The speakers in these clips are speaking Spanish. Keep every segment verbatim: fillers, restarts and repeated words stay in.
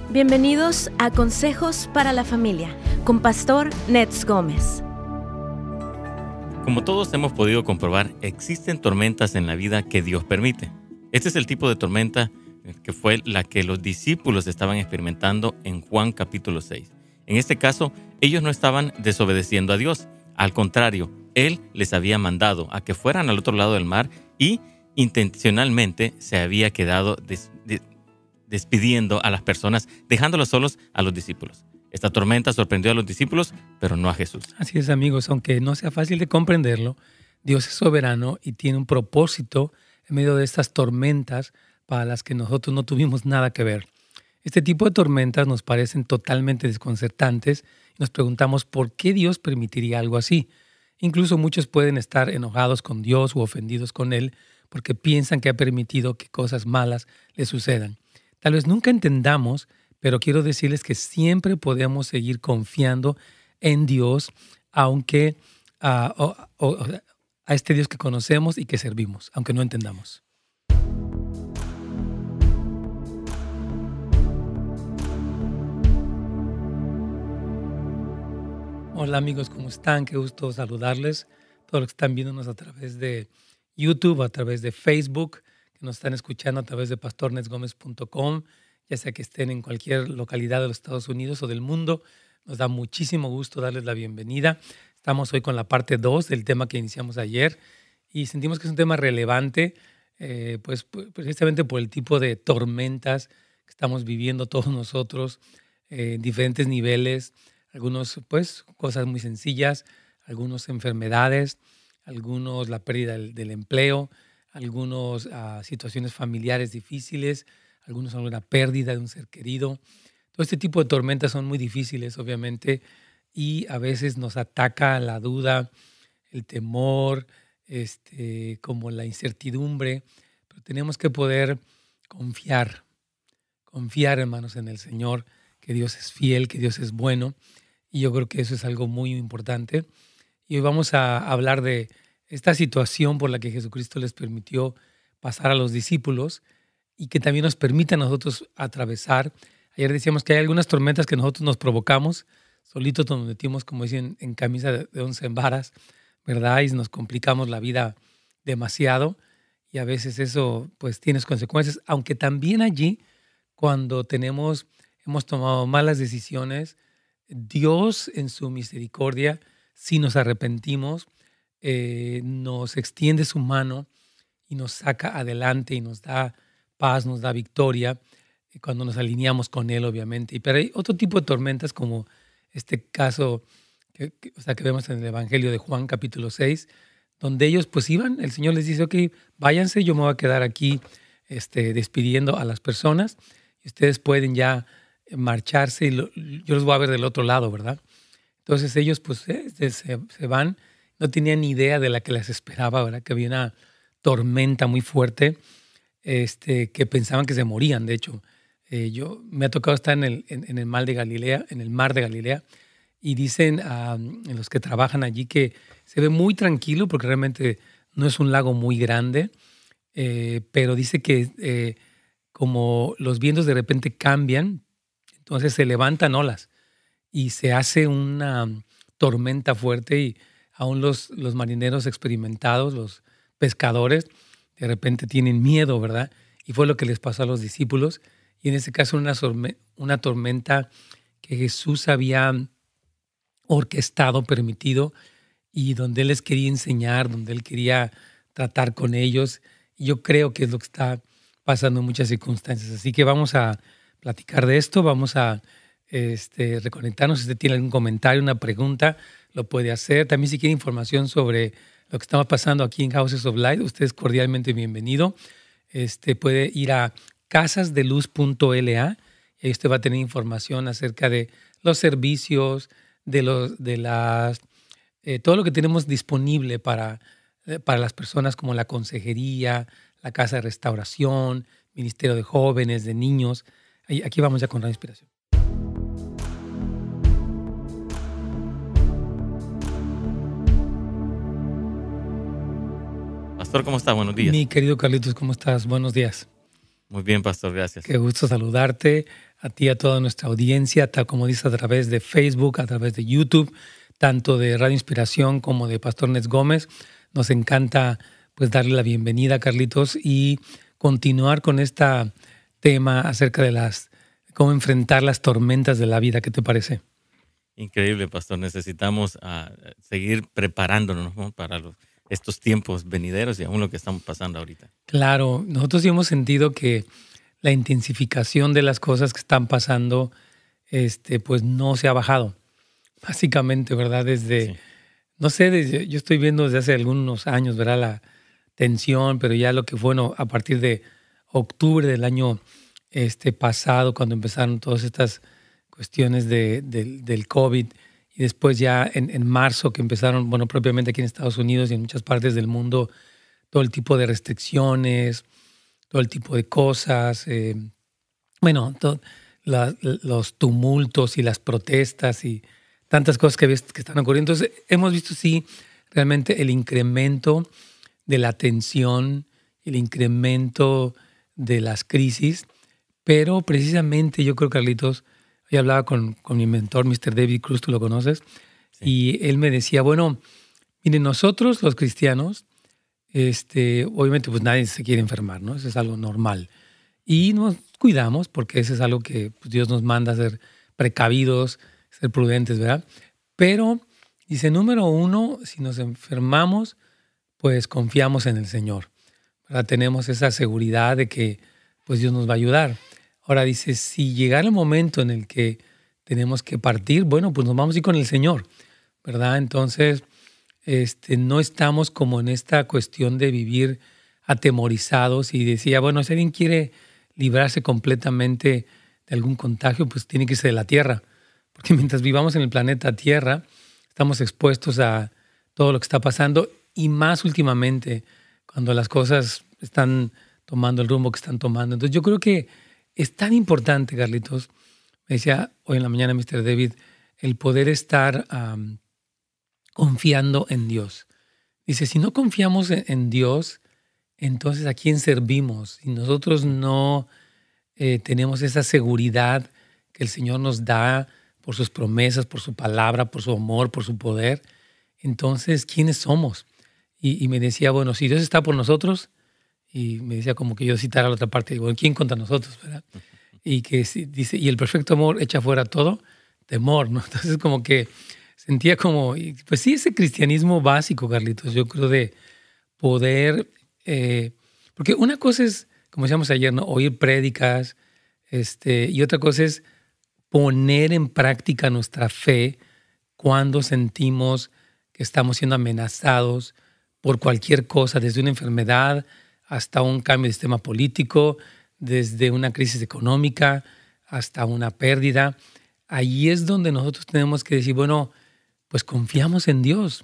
Bienvenidos a Consejos para la Familia con Pastor Nets Gómez. Como todos hemos podido comprobar, existen tormentas en la vida que Dios permite. Este es el tipo de tormenta que fue la que los discípulos estaban experimentando en Juan capítulo seis. En este caso, ellos no estaban desobedeciendo a Dios. Al contrario, Él les había mandado a que fueran al otro lado del mar y intencionalmente se había quedado des- de- despidiendo a las personas, dejándolos solos a los discípulos. Esta tormenta sorprendió a los discípulos, pero no a Jesús. Así es, amigos, aunque no sea fácil de comprenderlo, Dios es soberano y tiene un propósito en medio de estas tormentas para las que nosotros no tuvimos nada que ver. Este tipo de tormentas nos parecen totalmente desconcertantes y nos preguntamos por qué Dios permitiría algo así. Incluso muchos pueden estar enojados con Dios u ofendidos con Él porque piensan que ha permitido que cosas malas les sucedan. Tal vez nunca entendamos, pero quiero decirles que siempre podemos seguir confiando en Dios, aunque uh, o, o, a este Dios que conocemos y que servimos, aunque no entendamos. Hola amigos, ¿cómo están? Qué gusto saludarles. Todos los que están viéndonos a través de YouTube, a través de Facebook, que nos están escuchando a través de pastor nets gómez punto com, ya sea que estén en cualquier localidad de los Estados Unidos o del mundo. Nos da muchísimo gusto darles la bienvenida. Estamos hoy con la parte dos del tema que iniciamos ayer y sentimos que es un tema relevante, eh, pues precisamente por el tipo de tormentas que estamos viviendo todos nosotros eh, en diferentes niveles. Algunos, pues, cosas muy sencillas, algunos enfermedades, algunos la pérdida del, del empleo, algunos uh, situaciones familiares difíciles, algunos alguna pérdida de un ser querido. Todo este tipo de tormentas son muy difíciles, obviamente, y a veces nos ataca la duda, el temor, este, como la incertidumbre, pero tenemos que poder confiar, confiar, hermanos, en el Señor, que Dios es fiel, que Dios es bueno, y yo creo que eso es algo muy importante. Y hoy vamos a hablar de esta situación por la que Jesucristo les permitió pasar a los discípulos y que también nos permite a nosotros atravesar. Ayer decíamos que hay algunas tormentas que nosotros nos provocamos, solitos nos metimos, como dicen, en camisa de once varas, ¿verdad? Y nos complicamos la vida demasiado y a veces eso pues tiene consecuencias, aunque también allí cuando tenemos, hemos tomado malas decisiones, Dios en su misericordia, si nos arrepentimos, eh, nos extiende su mano y nos saca adelante y nos da paz, nos da victoria, cuando nos alineamos con Él, obviamente. Pero hay otro tipo de tormentas, como este caso que, que, o sea, que vemos en el Evangelio de Juan, capítulo seis, donde ellos pues iban, el Señor les dice, ok, váyanse, yo me voy a quedar aquí este, despidiendo a las personas y ustedes pueden ya marcharse y lo, yo los voy a ver del otro lado, ¿verdad? Entonces ellos pues eh, se, se van, no tenían ni idea de la que les esperaba, ¿verdad? Que había una tormenta muy fuerte, este, que pensaban que se morían. De hecho, eh, yo me ha tocado estar en el, en, en el mar de Galilea, en el mar de Galilea, y dicen uh, en los que trabajan allí que se ve muy tranquilo porque realmente no es un lago muy grande, eh, pero dice que eh, como los vientos de repente cambian, entonces se levantan olas y se hace una tormenta fuerte y aún los, los marineros experimentados, los pescadores, de repente tienen miedo, ¿verdad? Y fue lo que les pasó a los discípulos. Y en este caso una, una tormenta que Jesús había orquestado, permitido, y donde Él les quería enseñar, donde Él quería tratar con ellos. Y yo creo que es lo que está pasando en muchas circunstancias. Así que vamos a platicar de esto, vamos a este, reconectarnos. Si usted tiene algún comentario, una pregunta, lo puede hacer. También si quiere información sobre lo que estamos pasando aquí en Houses of Light, usted es cordialmente bienvenido. Este, puede ir a casas de luz punto l a y ahí usted va a tener información acerca de los servicios, de, los, de las, eh, todo lo que tenemos disponible para, eh, para las personas, como la consejería, la casa de restauración, ministerio de jóvenes, de niños. Aquí vamos ya con la inspiración. Pastor, ¿cómo está? Buenos días. Mi querido Carlitos, ¿cómo estás? Buenos días. Muy bien, pastor, gracias. Qué gusto saludarte. a ti, a toda nuestra audiencia, tal como dices, a través de Facebook, a través de YouTube, tanto de Radio Inspiración como de Pastor Nets Gómez. Nos encanta pues darle la bienvenida, Carlitos, y continuar con este tema acerca de las cómo enfrentar las tormentas de la vida. ¿Qué te parece? Increíble, Pastor. Necesitamos uh, seguir preparándonos, ¿no?, para los, estos tiempos venideros y aún lo que estamos pasando ahorita. Claro, nosotros sí hemos sentido que la intensificación de las cosas que están pasando este, pues no se ha bajado. Básicamente, ¿verdad? Desde, sí. no sé, desde, yo estoy viendo desde hace algunos años, ¿verdad?, la tensión, pero ya lo que fue, bueno, a partir de octubre del año este, pasado, cuando empezaron todas estas cuestiones de, de, del COVID, y después ya en, en marzo que empezaron, bueno, propiamente aquí en Estados Unidos y en muchas partes del mundo, todo el tipo de restricciones, todo el tipo de cosas, eh, bueno, to, la, los tumultos y las protestas y tantas cosas que, que están ocurriendo. Entonces, hemos visto, sí, realmente el incremento de la tensión, el incremento de las crisis, pero precisamente yo creo, Carlitos, yo hablaba con, con mi mentor, mister David Cruz, tú lo conoces, sí. Y él me decía, bueno, miren, nosotros los cristianos, este, obviamente pues nadie se quiere enfermar, ¿no? Eso es algo normal. Y nos cuidamos porque eso es algo que pues, Dios nos manda a ser precavidos, ser prudentes, ¿verdad? Pero, dice, número uno, si nos enfermamos, pues confiamos en el Señor, ¿verdad? Tenemos esa seguridad de que pues Dios nos va a ayudar. Ahora dice, si llegara el momento en el que tenemos que partir, bueno, pues nos vamos a ir con el Señor, ¿verdad? Entonces, este, no estamos como en esta cuestión de vivir atemorizados y decía, bueno, si alguien quiere librarse completamente de algún contagio, pues tiene que irse de la Tierra, porque mientras vivamos en el planeta Tierra, estamos expuestos a todo lo que está pasando y más últimamente, cuando las cosas están tomando el rumbo que están tomando. Entonces, yo creo que es tan importante, Carlitos, me decía hoy en la mañana mister David, el poder estar um, confiando en Dios. Dice, si no confiamos en, en Dios, entonces ¿a quién servimos? Si nosotros no eh, tenemos esa seguridad que el Señor nos da por sus promesas, por su palabra, por su amor, por su poder, entonces ¿quiénes somos? Y, y me decía, bueno, si Dios está por nosotros, y me decía como que yo citara la otra parte, digo, ¿quién contra nosotros, verdad? Y que dice, y el perfecto amor echa fuera todo temor, ¿no? Entonces como que sentía como, pues sí, ese cristianismo básico, Carlitos, yo creo de poder, eh, porque una cosa es, como decíamos ayer, ¿no?, oír prédicas, este, y otra cosa es poner en práctica nuestra fe cuando sentimos que estamos siendo amenazados por cualquier cosa, desde una enfermedad hasta un cambio de sistema político, desde una crisis económica hasta una pérdida. Ahí es donde nosotros tenemos que decir, bueno, pues confiamos en Dios,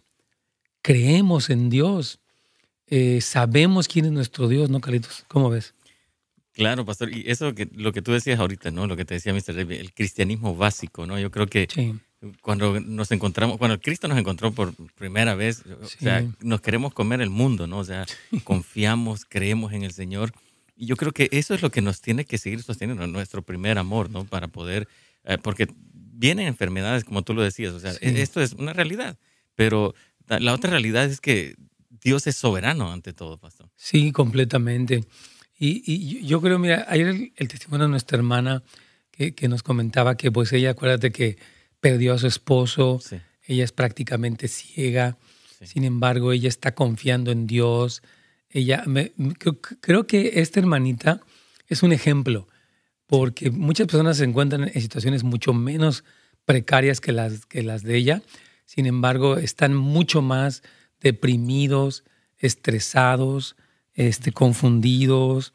creemos en Dios, eh, sabemos quién es nuestro Dios, ¿no, Carlitos? ¿Cómo ves? Claro, pastor. Y eso que lo que tú decías ahorita, ¿no? Lo que te decía mister David, el cristianismo básico, ¿no? Yo creo que sí. Cuando nos encontramos, cuando Cristo nos encontró por primera vez, sí. o sea, nos queremos comer el mundo, ¿no? O sea, confiamos, creemos en el Señor. Y yo creo que eso es lo que nos tiene que seguir sosteniendo, nuestro primer amor, ¿no? Para poder, eh, porque vienen enfermedades, como tú lo decías, o sea, sí. esto es una realidad. Pero la otra realidad es que Dios es soberano ante todo, pastor. Sí, completamente. Y, y yo creo, mira, ayer el, el testimonio de nuestra hermana que, que nos comentaba que pues ella, acuérdate que perdió a su esposo, sí. ella es prácticamente ciega, sí. sin embargo, ella está confiando en Dios. Ella, me, creo, creo que esta hermanita es un ejemplo, porque muchas personas se encuentran en situaciones mucho menos precarias que las, que las de ella, sin embargo, están mucho más deprimidos, estresados, este, confundidos,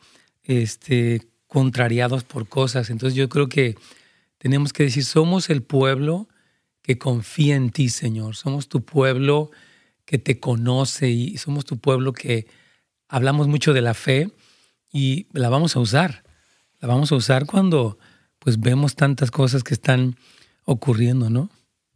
este, contrariados por cosas. Entonces yo creo que tenemos que decir, somos el pueblo que confía en ti, Señor. Somos tu pueblo que te conoce y somos tu pueblo que hablamos mucho de la fe y la vamos a usar. La vamos a usar cuando pues vemos tantas cosas que están ocurriendo, ¿no?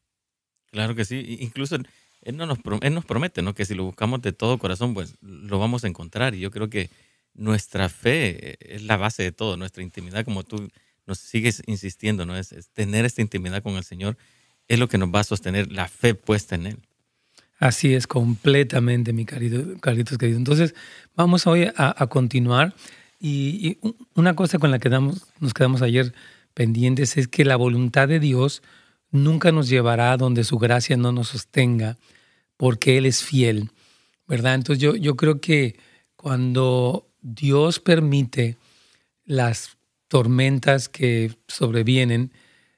Claro que sí. Incluso Él, no nos, él nos promete, ¿no?, que si lo buscamos de todo corazón, pues lo vamos a encontrar. Y yo creo que nuestra fe es la base de todo, nuestra intimidad, como tú nos sigues insistiendo, ¿no? Es, es tener esta intimidad con el Señor es lo que nos va a sostener la fe puesta en Él. Así es, completamente, mi querido, Carlitos querido. Entonces, vamos hoy a, a continuar. Y, y una cosa con la que damos, nos quedamos ayer pendientes es que la voluntad de Dios nunca nos llevará a donde su gracia no nos sostenga, porque Él es fiel, ¿verdad? Entonces, yo, yo creo que cuando Dios permite las tormentas que sobrevienen,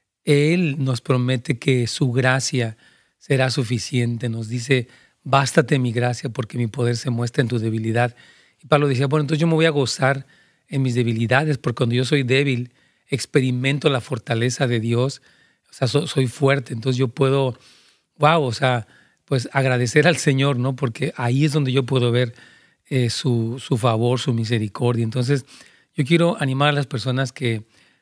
Él nos promete que su gracia será suficiente. Nos dice, bástate mi gracia porque mi poder se muestra en tu debilidad. Y Pablo decía, bueno, entonces yo me voy a gozar en mis debilidades porque cuando yo soy débil, experimento la fortaleza de Dios. O sea, so, soy fuerte, entonces yo puedo, wow, o sea, pues agradecer al Señor, ¿no? Porque ahí es donde yo puedo ver eh, su, su favor, su misericordia. Entonces, yo quiero animar a las personas que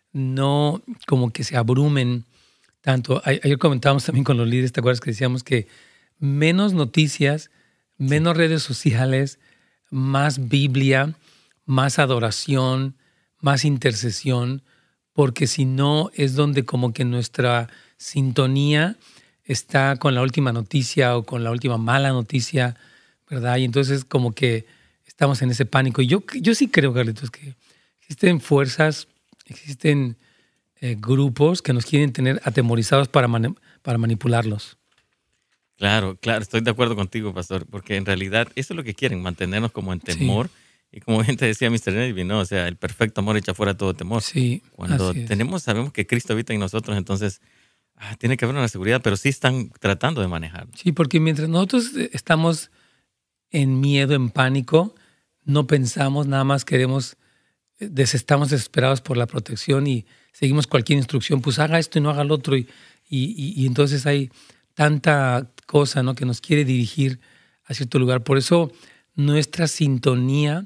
no como que se abrumen tanto. Ayer comentábamos también con los líderes, ¿te acuerdas que decíamos que menos noticias, menos redes sociales, más Biblia, más adoración, más intercesión, porque si no es donde como que nuestra sintonía está con la última noticia o con la última mala noticia, ¿verdad? Y entonces como que estamos en ese pánico. Y yo, yo sí creo, Carlitos, que existen fuerzas, existen eh, grupos que nos quieren tener atemorizados para, man, para manipularlos. Claro, claro, estoy de acuerdo contigo, pastor, porque en realidad eso es lo que quieren, mantenernos como en temor. Sí. Y como gente decía mister Nelby, ¿no? O sea, el perfecto amor echa fuera todo temor. Sí, Cuando tenemos, sabemos que Cristo habita en nosotros, entonces ah, tiene que haber una seguridad, pero sí están tratando de manejar. Sí, porque mientras nosotros estamos en miedo, en pánico, no pensamos, nada más queremos, des, estamos desesperados por la protección y seguimos cualquier instrucción, pues haga esto y no haga lo otro. Y, y, y entonces hay tanta cosa, ¿no?, que nos quiere dirigir a cierto lugar. Por eso nuestra sintonía,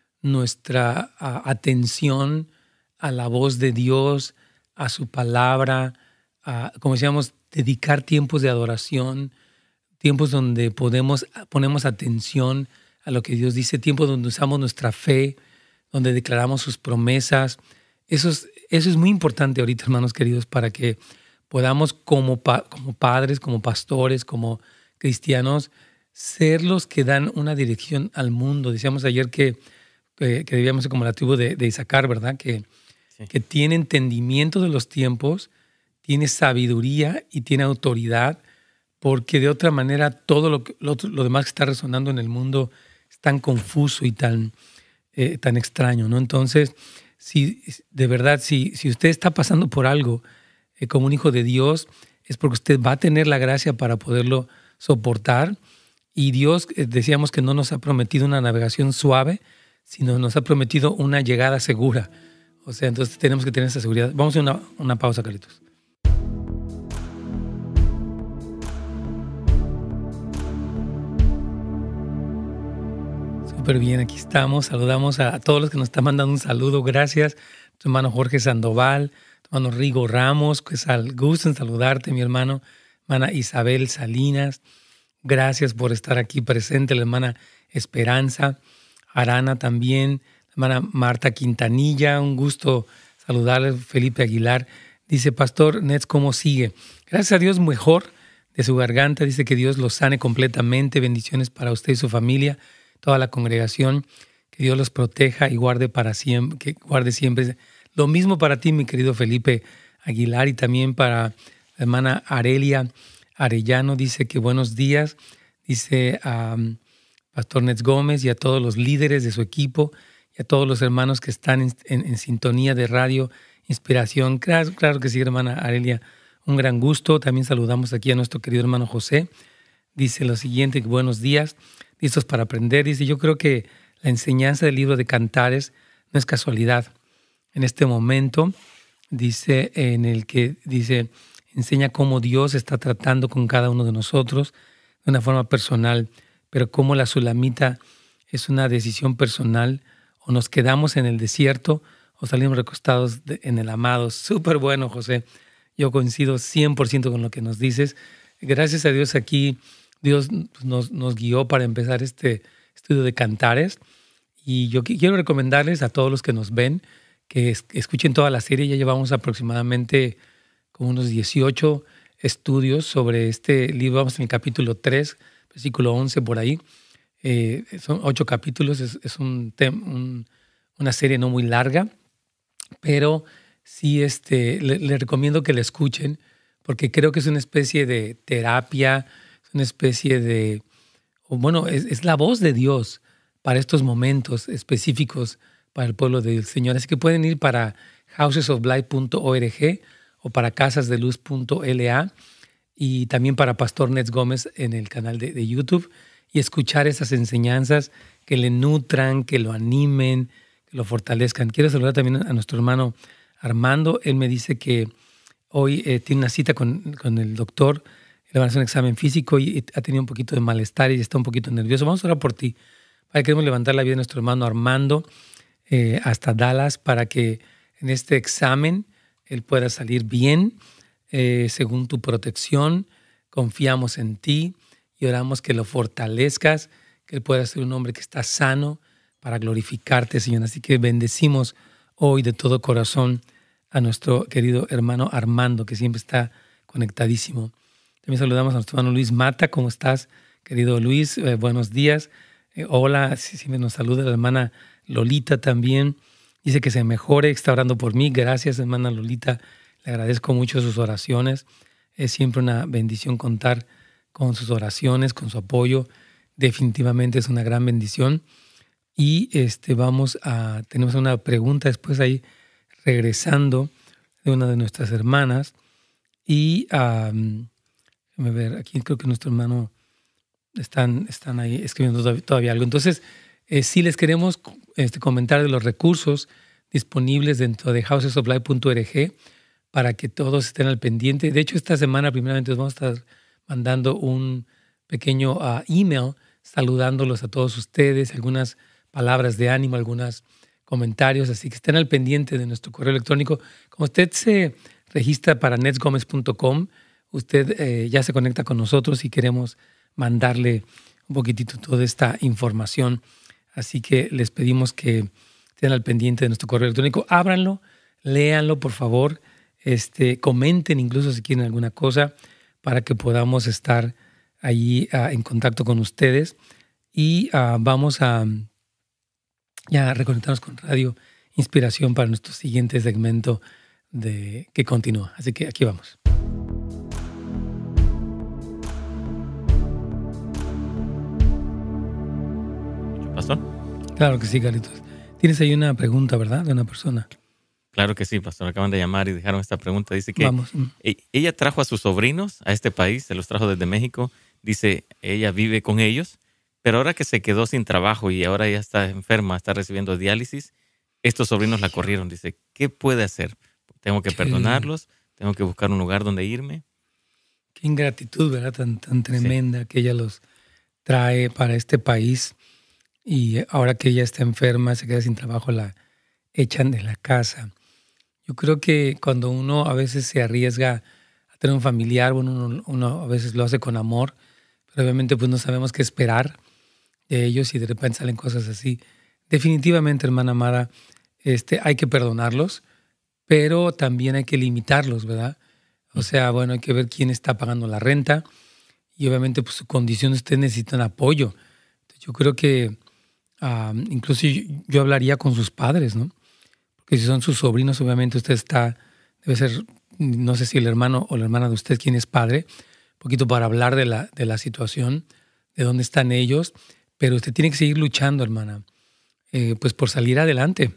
nuestra a, atención a la voz de Dios, a su palabra, a, como decíamos, dedicar tiempos de adoración, tiempos donde podemos, ponemos atención a lo que Dios dice, tiempos donde usamos nuestra fe, donde declaramos sus promesas. Eso es, eso es muy importante ahorita, hermanos queridos, para que podamos como, pa, como padres, como pastores, como cristianos, ser los que dan una dirección al mundo. Decíamos ayer que, que, que debíamos ser como la tribu de, de Isaacar, ¿verdad? Que, sí. que tiene entendimiento de los tiempos, tiene sabiduría y tiene autoridad, porque de otra manera todo lo, lo, lo demás que está resonando en el mundo es tan confuso y tan, eh, tan extraño, ¿no? Entonces, si de verdad, si, si usted está pasando por algo eh, como un hijo de Dios, es porque usted va a tener la gracia para poderlo soportar. Y Dios, eh, decíamos que no nos ha prometido una navegación suave, sino nos ha prometido una llegada segura. O sea, entonces tenemos que tener esa seguridad. Vamos a hacer una, una pausa, Carlitos. Súper bien, aquí estamos. Saludamos a, a todos los que nos están mandando un saludo. Gracias. Tu hermano Jorge Sandoval, tu hermano Rigo Ramos, que sal, gusto en saludarte, mi hermano. Hermana Isabel Salinas. Gracias por estar aquí presente, la hermana Esperanza Arana también, la hermana Marta Quintanilla, un gusto saludarle. Felipe Aguilar dice, Pastor Nets, ¿cómo sigue? Gracias a Dios, mejor de su garganta, dice que Dios lo sane completamente, bendiciones para usted y su familia, toda la congregación, que Dios los proteja y guarde para siempre, que guarde siempre. Lo mismo para ti, mi querido Felipe Aguilar, y también para la hermana Arelia Arellano, dice que buenos días, dice a um, Pastor Nets Gómez y a todos los líderes de su equipo y a todos los hermanos que están en, en, en sintonía de Radio Inspiración. Claro, claro que sí, hermana Arelia, un gran gusto. También saludamos aquí a nuestro querido hermano José. Dice lo siguiente, buenos días, listos para aprender. Dice, yo creo que la enseñanza del libro de Cantares no es casualidad. En este momento, dice, en el que dice... enseña cómo Dios está tratando con cada uno de nosotros de una forma personal, pero cómo la sulamita es una decisión personal, o nos quedamos en el desierto o salimos recostados de, en el amado. Súper bueno, José. Yo coincido cien por ciento con lo que nos dices. Gracias a Dios aquí, Dios nos, nos guió para empezar este estudio de Cantares. Y yo quiero recomendarles a todos los que nos ven que es, escuchen toda la serie. Ya llevamos aproximadamente como unos dieciocho estudios sobre este libro. Vamos en el capítulo tres, versículo once por ahí. Eh, son ocho capítulos, es, es un, tem, un una serie no muy larga, pero sí este, le, le recomiendo que la escuchen porque creo que es una especie de terapia, es una especie de, o bueno, es, es la voz de Dios para estos momentos específicos para el pueblo del Señor. Así que pueden ir para houses of light punto org o para casas de luz punto la y también para Pastor Nets Gómez en el canal de, de YouTube y escuchar esas enseñanzas que le nutran, que lo animen, que lo fortalezcan. Quiero saludar también a nuestro hermano Armando. Él me dice que hoy eh, tiene una cita con, con el doctor, le van a hacer un examen físico y ha tenido un poquito de malestar y está un poquito nervioso. Vamos a orar por ti. Para que queremos levantar la vida de nuestro hermano Armando eh, hasta Dallas para que en este examen él pueda salir bien eh, según tu protección. Confiamos en ti y oramos que lo fortalezcas, que él pueda ser un hombre que está sano para glorificarte, Señor. Así que bendecimos hoy de todo corazón a nuestro querido hermano Armando, que siempre está conectadísimo. También saludamos a nuestro hermano Luis Mata. ¿Cómo estás, querido Luis? Eh, buenos días. Eh, hola, siempre nos saluda la hermana Lolita también. Dice que se mejore, está orando por mí. Gracias, hermana Lolita. Le agradezco mucho sus oraciones. Es siempre una bendición contar con sus oraciones, con su apoyo. Definitivamente es una gran bendición. Y este, vamos a, tenemos una pregunta después ahí regresando de una de nuestras hermanas. Y um, déjame ver, aquí creo que nuestro hermano están, están ahí escribiendo todavía, todavía algo. Entonces, eh, sí les queremos este, comentar de los recursos disponibles dentro de houses of light punto org para que todos estén al pendiente. De hecho, esta semana primeramente vamos a estar mandando un pequeño uh, email saludándolos a todos ustedes, algunas palabras de ánimo, algunos comentarios, así que estén al pendiente de nuestro correo electrónico. Como usted se registra para nets gómez punto com, usted eh, ya se conecta con nosotros y queremos mandarle un poquitito toda esta información. Así que les pedimos que estén al pendiente de nuestro correo electrónico. Ábranlo, léanlo, por favor. Este, comenten incluso si quieren alguna cosa para que podamos estar allí uh, en contacto con ustedes. Y uh, vamos a ya reconectarnos con Radio Inspiración para nuestro siguiente segmento de, que continúa. Así que aquí vamos. ¿Pastor? Claro que sí, Carlitos. Tienes ahí una pregunta, ¿verdad? De una persona. Claro que sí, pastor. Acaban de llamar y dejaron esta pregunta. Dice que Vamos. ella trajo a sus sobrinos a este país, se los trajo desde México. Dice, ella vive con ellos, pero ahora que se quedó sin trabajo y ahora ya está enferma, está recibiendo diálisis, estos sobrinos la corrieron. Dice, ¿qué puede hacer? ¿Tengo que perdonarlos? ¿Tengo que buscar un lugar donde irme? Qué ingratitud, ¿verdad? Tan, tan tremenda sí. Que ella los trae para este país y ahora que ella está enferma, se queda sin trabajo, la echan de la casa. Yo creo que cuando uno a veces se arriesga a tener un familiar, bueno, uno, uno a veces lo hace con amor, pero obviamente pues no sabemos qué esperar de ellos y de repente salen cosas así. Definitivamente, hermana amada, este, hay que perdonarlos, pero también hay que limitarlos, ¿verdad? O sea, bueno, hay que ver quién está pagando la renta y obviamente pues su condición, ustedes necesitan apoyo. Entonces, yo creo que um, incluso yo, yo hablaría con sus padres, ¿no? Porque si son sus sobrinos, obviamente usted está, debe ser, no sé si el hermano o la hermana de usted, quien es padre, un poquito para hablar de la, de la situación, de dónde están ellos, pero usted tiene que seguir luchando, hermana, eh, pues por salir adelante.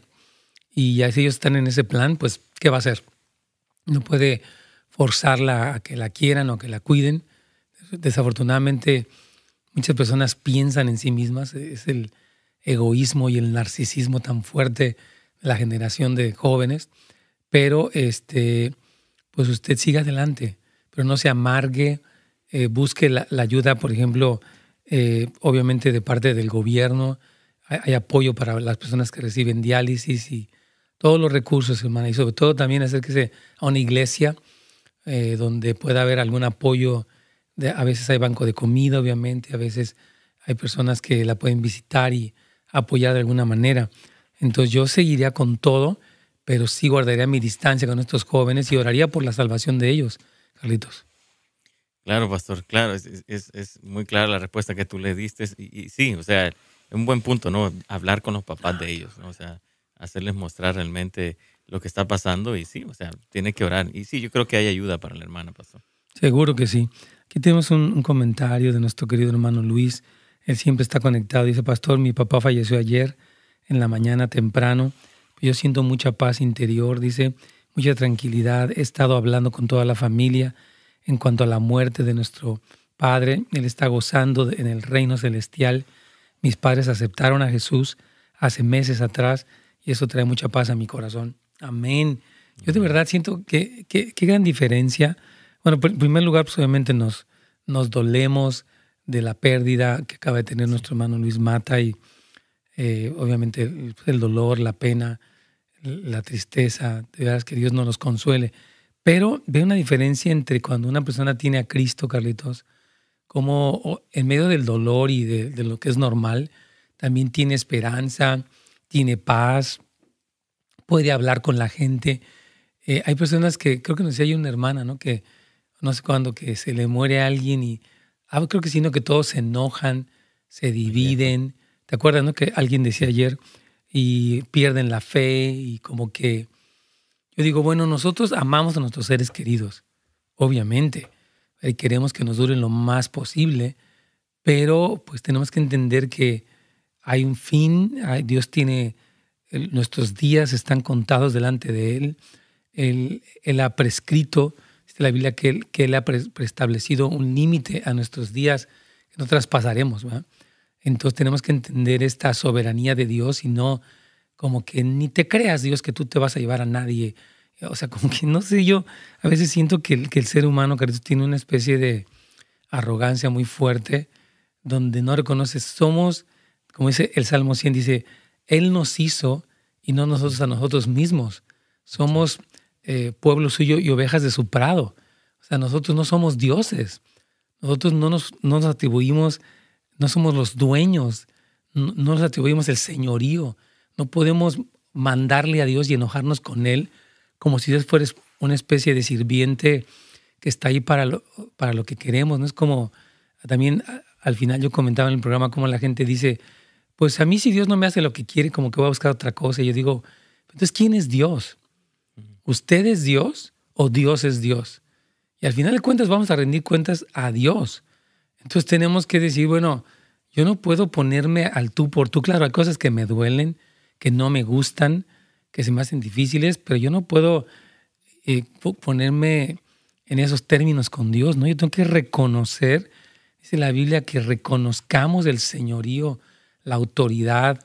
Y ya si ellos están en ese plan, pues, ¿qué va a hacer? No puede forzarla a que la quieran o que la cuiden. Desafortunadamente, muchas personas piensan en sí mismas. Es el egoísmo y el narcisismo tan fuerte de la generación de jóvenes. Pero este, pues usted siga adelante, pero no se amargue. Eh, busque la, la ayuda, por ejemplo, eh, obviamente de parte del gobierno. Hay, hay apoyo para las personas que reciben diálisis y todos los recursos, hermana. Y sobre todo también acérquese a una iglesia eh, donde pueda haber algún apoyo. De, a veces hay banco de comida, obviamente. A veces hay personas que la pueden visitar y apoyar de alguna manera. Entonces yo seguiría con todo, pero sí guardaría mi distancia con estos jóvenes y oraría por la salvación de ellos, Carlitos. Claro, pastor, claro, es, es, es muy clara la respuesta que tú le diste. Y, y sí, o sea, es un buen punto, ¿no? Hablar con los papás de ellos, ¿no? O sea, hacerles mostrar realmente lo que está pasando y sí, o sea, tiene que orar. Y sí, yo creo que hay ayuda para la hermana, pastor. Seguro que sí. Aquí tenemos un, un comentario de nuestro querido hermano Luis. Él siempre está conectado. Dice, pastor, mi papá falleció ayer en la mañana temprano. Yo siento mucha paz interior, dice, mucha tranquilidad. He estado hablando con toda la familia en cuanto a la muerte de nuestro padre. Él está gozando en el reino celestial. Mis padres aceptaron a Jesús hace meses atrás y eso trae mucha paz a mi corazón. Amén. Yo de verdad siento que qué gran diferencia. Bueno, en primer lugar, pues obviamente nos, nos dolemos de la pérdida que acaba de tener nuestro hermano Luis Mata y eh, obviamente el, el dolor, la pena, la tristeza, de verdad que Dios nos los consuele. Pero veo una diferencia entre cuando una persona tiene a Cristo, Carlitos, como en medio del dolor y de, de lo que es normal, también tiene esperanza, tiene paz, puede hablar con la gente. Eh, hay personas que, creo que no sé, hay una hermana, ¿no? Que no sé cuándo, que se le muere a alguien y, ah, creo que sí, ¿no? Que todos se enojan, se dividen. ¿Te acuerdas, no? Que alguien decía ayer y pierden la fe y como que, yo digo, bueno, nosotros amamos a nuestros seres queridos, obviamente, y queremos que nos duren lo más posible, pero pues tenemos que entender que hay un fin, hay, Dios tiene, el, nuestros días están contados delante de Él, Él, él ha prescrito, dice la Biblia que Él, que él ha pre, preestablecido un límite a nuestros días que no traspasaremos, ¿verdad? Entonces tenemos que entender esta soberanía de Dios y no como que ni te creas, Dios, que tú te vas a llevar a nadie. O sea, como que no sé, yo a veces siento que el, que el ser humano, Carlitos, tiene una especie de arrogancia muy fuerte donde no reconoce, somos, como dice el Salmo cien, dice, Él nos hizo y no nosotros a nosotros mismos. Somos eh, pueblo suyo y ovejas de su prado. O sea, nosotros no somos dioses. Nosotros no nos, no nos atribuimos, no somos los dueños, no, no nos atribuimos el señorío. No podemos mandarle a Dios y enojarnos con Él como si Dios fuera una especie de sirviente que está ahí para lo, para lo que queremos. No es como, también al final yo comentaba en el programa cómo la gente dice, pues a mí si Dios no me hace lo que quiere, como que voy a buscar otra cosa. Y yo digo, entonces, ¿quién es Dios? ¿Usted es Dios o Dios es Dios? Y al final de cuentas vamos a rendir cuentas a Dios. Entonces tenemos que decir, bueno, yo no puedo ponerme al tú por tú. Claro, hay cosas que me duelen, que no me gustan, que se me hacen difíciles, pero yo no puedo eh, ponerme en esos términos con Dios, ¿no? Yo tengo que reconocer, dice la Biblia, que reconozcamos el señorío, la autoridad,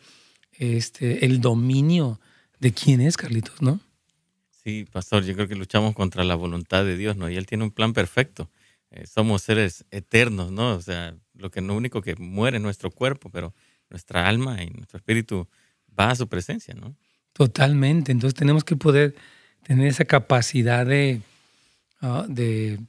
este, el dominio de quién es, Carlitos, ¿no? Sí, pastor, yo creo que luchamos contra la voluntad de Dios, ¿no? Y Él tiene un plan perfecto. Eh, somos seres eternos, ¿no? O sea, lo que lo único que muere es nuestro cuerpo, pero nuestra alma y nuestro espíritu va a su presencia, ¿no? Totalmente. Entonces tenemos que poder tener esa capacidad de, uh, de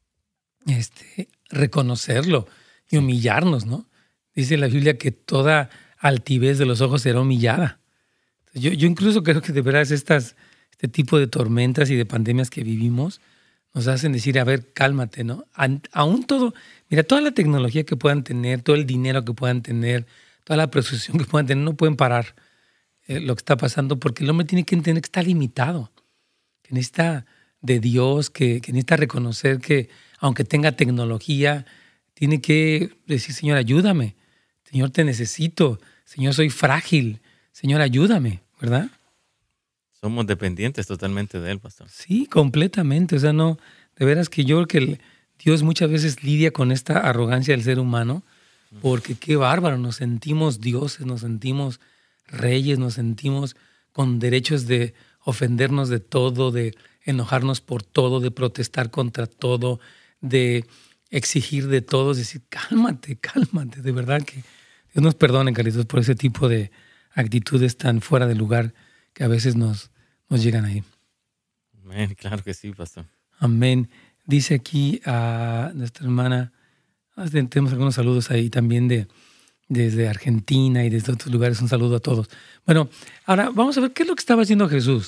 este, reconocerlo y humillarnos, ¿no? Dice la Biblia que toda altivez de los ojos será humillada. Yo, yo incluso creo que de veras estas, este tipo de tormentas y de pandemias que vivimos nos hacen decir, a ver, cálmate, ¿no? Aún todo, mira, toda la tecnología que puedan tener, todo el dinero que puedan tener, toda la presunción que puedan tener, no pueden parar eh, lo que está pasando, porque el hombre tiene que entender que está limitado, que necesita de Dios, que, que necesita reconocer que aunque tenga tecnología, tiene que decir, Señor, ayúdame, Señor, te necesito, Señor, soy frágil, Señor, ayúdame, ¿verdad? Somos dependientes totalmente de Él, pastor. Sí, completamente. O sea, no, de veras que yo creo que el, Dios muchas veces lidia con esta arrogancia del ser humano, porque qué bárbaro, nos sentimos dioses, nos sentimos reyes, nos sentimos con derechos de ofendernos de todo, de enojarnos por todo, de protestar contra todo, de exigir de todos, decir, cálmate, cálmate. De verdad que Dios nos perdone, Carlitos, por ese tipo de actitudes tan fuera de lugar que a veces nos, nos llegan ahí. Amén, claro que sí, pastor. Amén. Dice aquí a nuestra hermana, tenemos algunos saludos ahí también de, desde Argentina y desde otros lugares, un saludo a todos. Bueno, ahora vamos a ver qué es lo que estaba haciendo Jesús.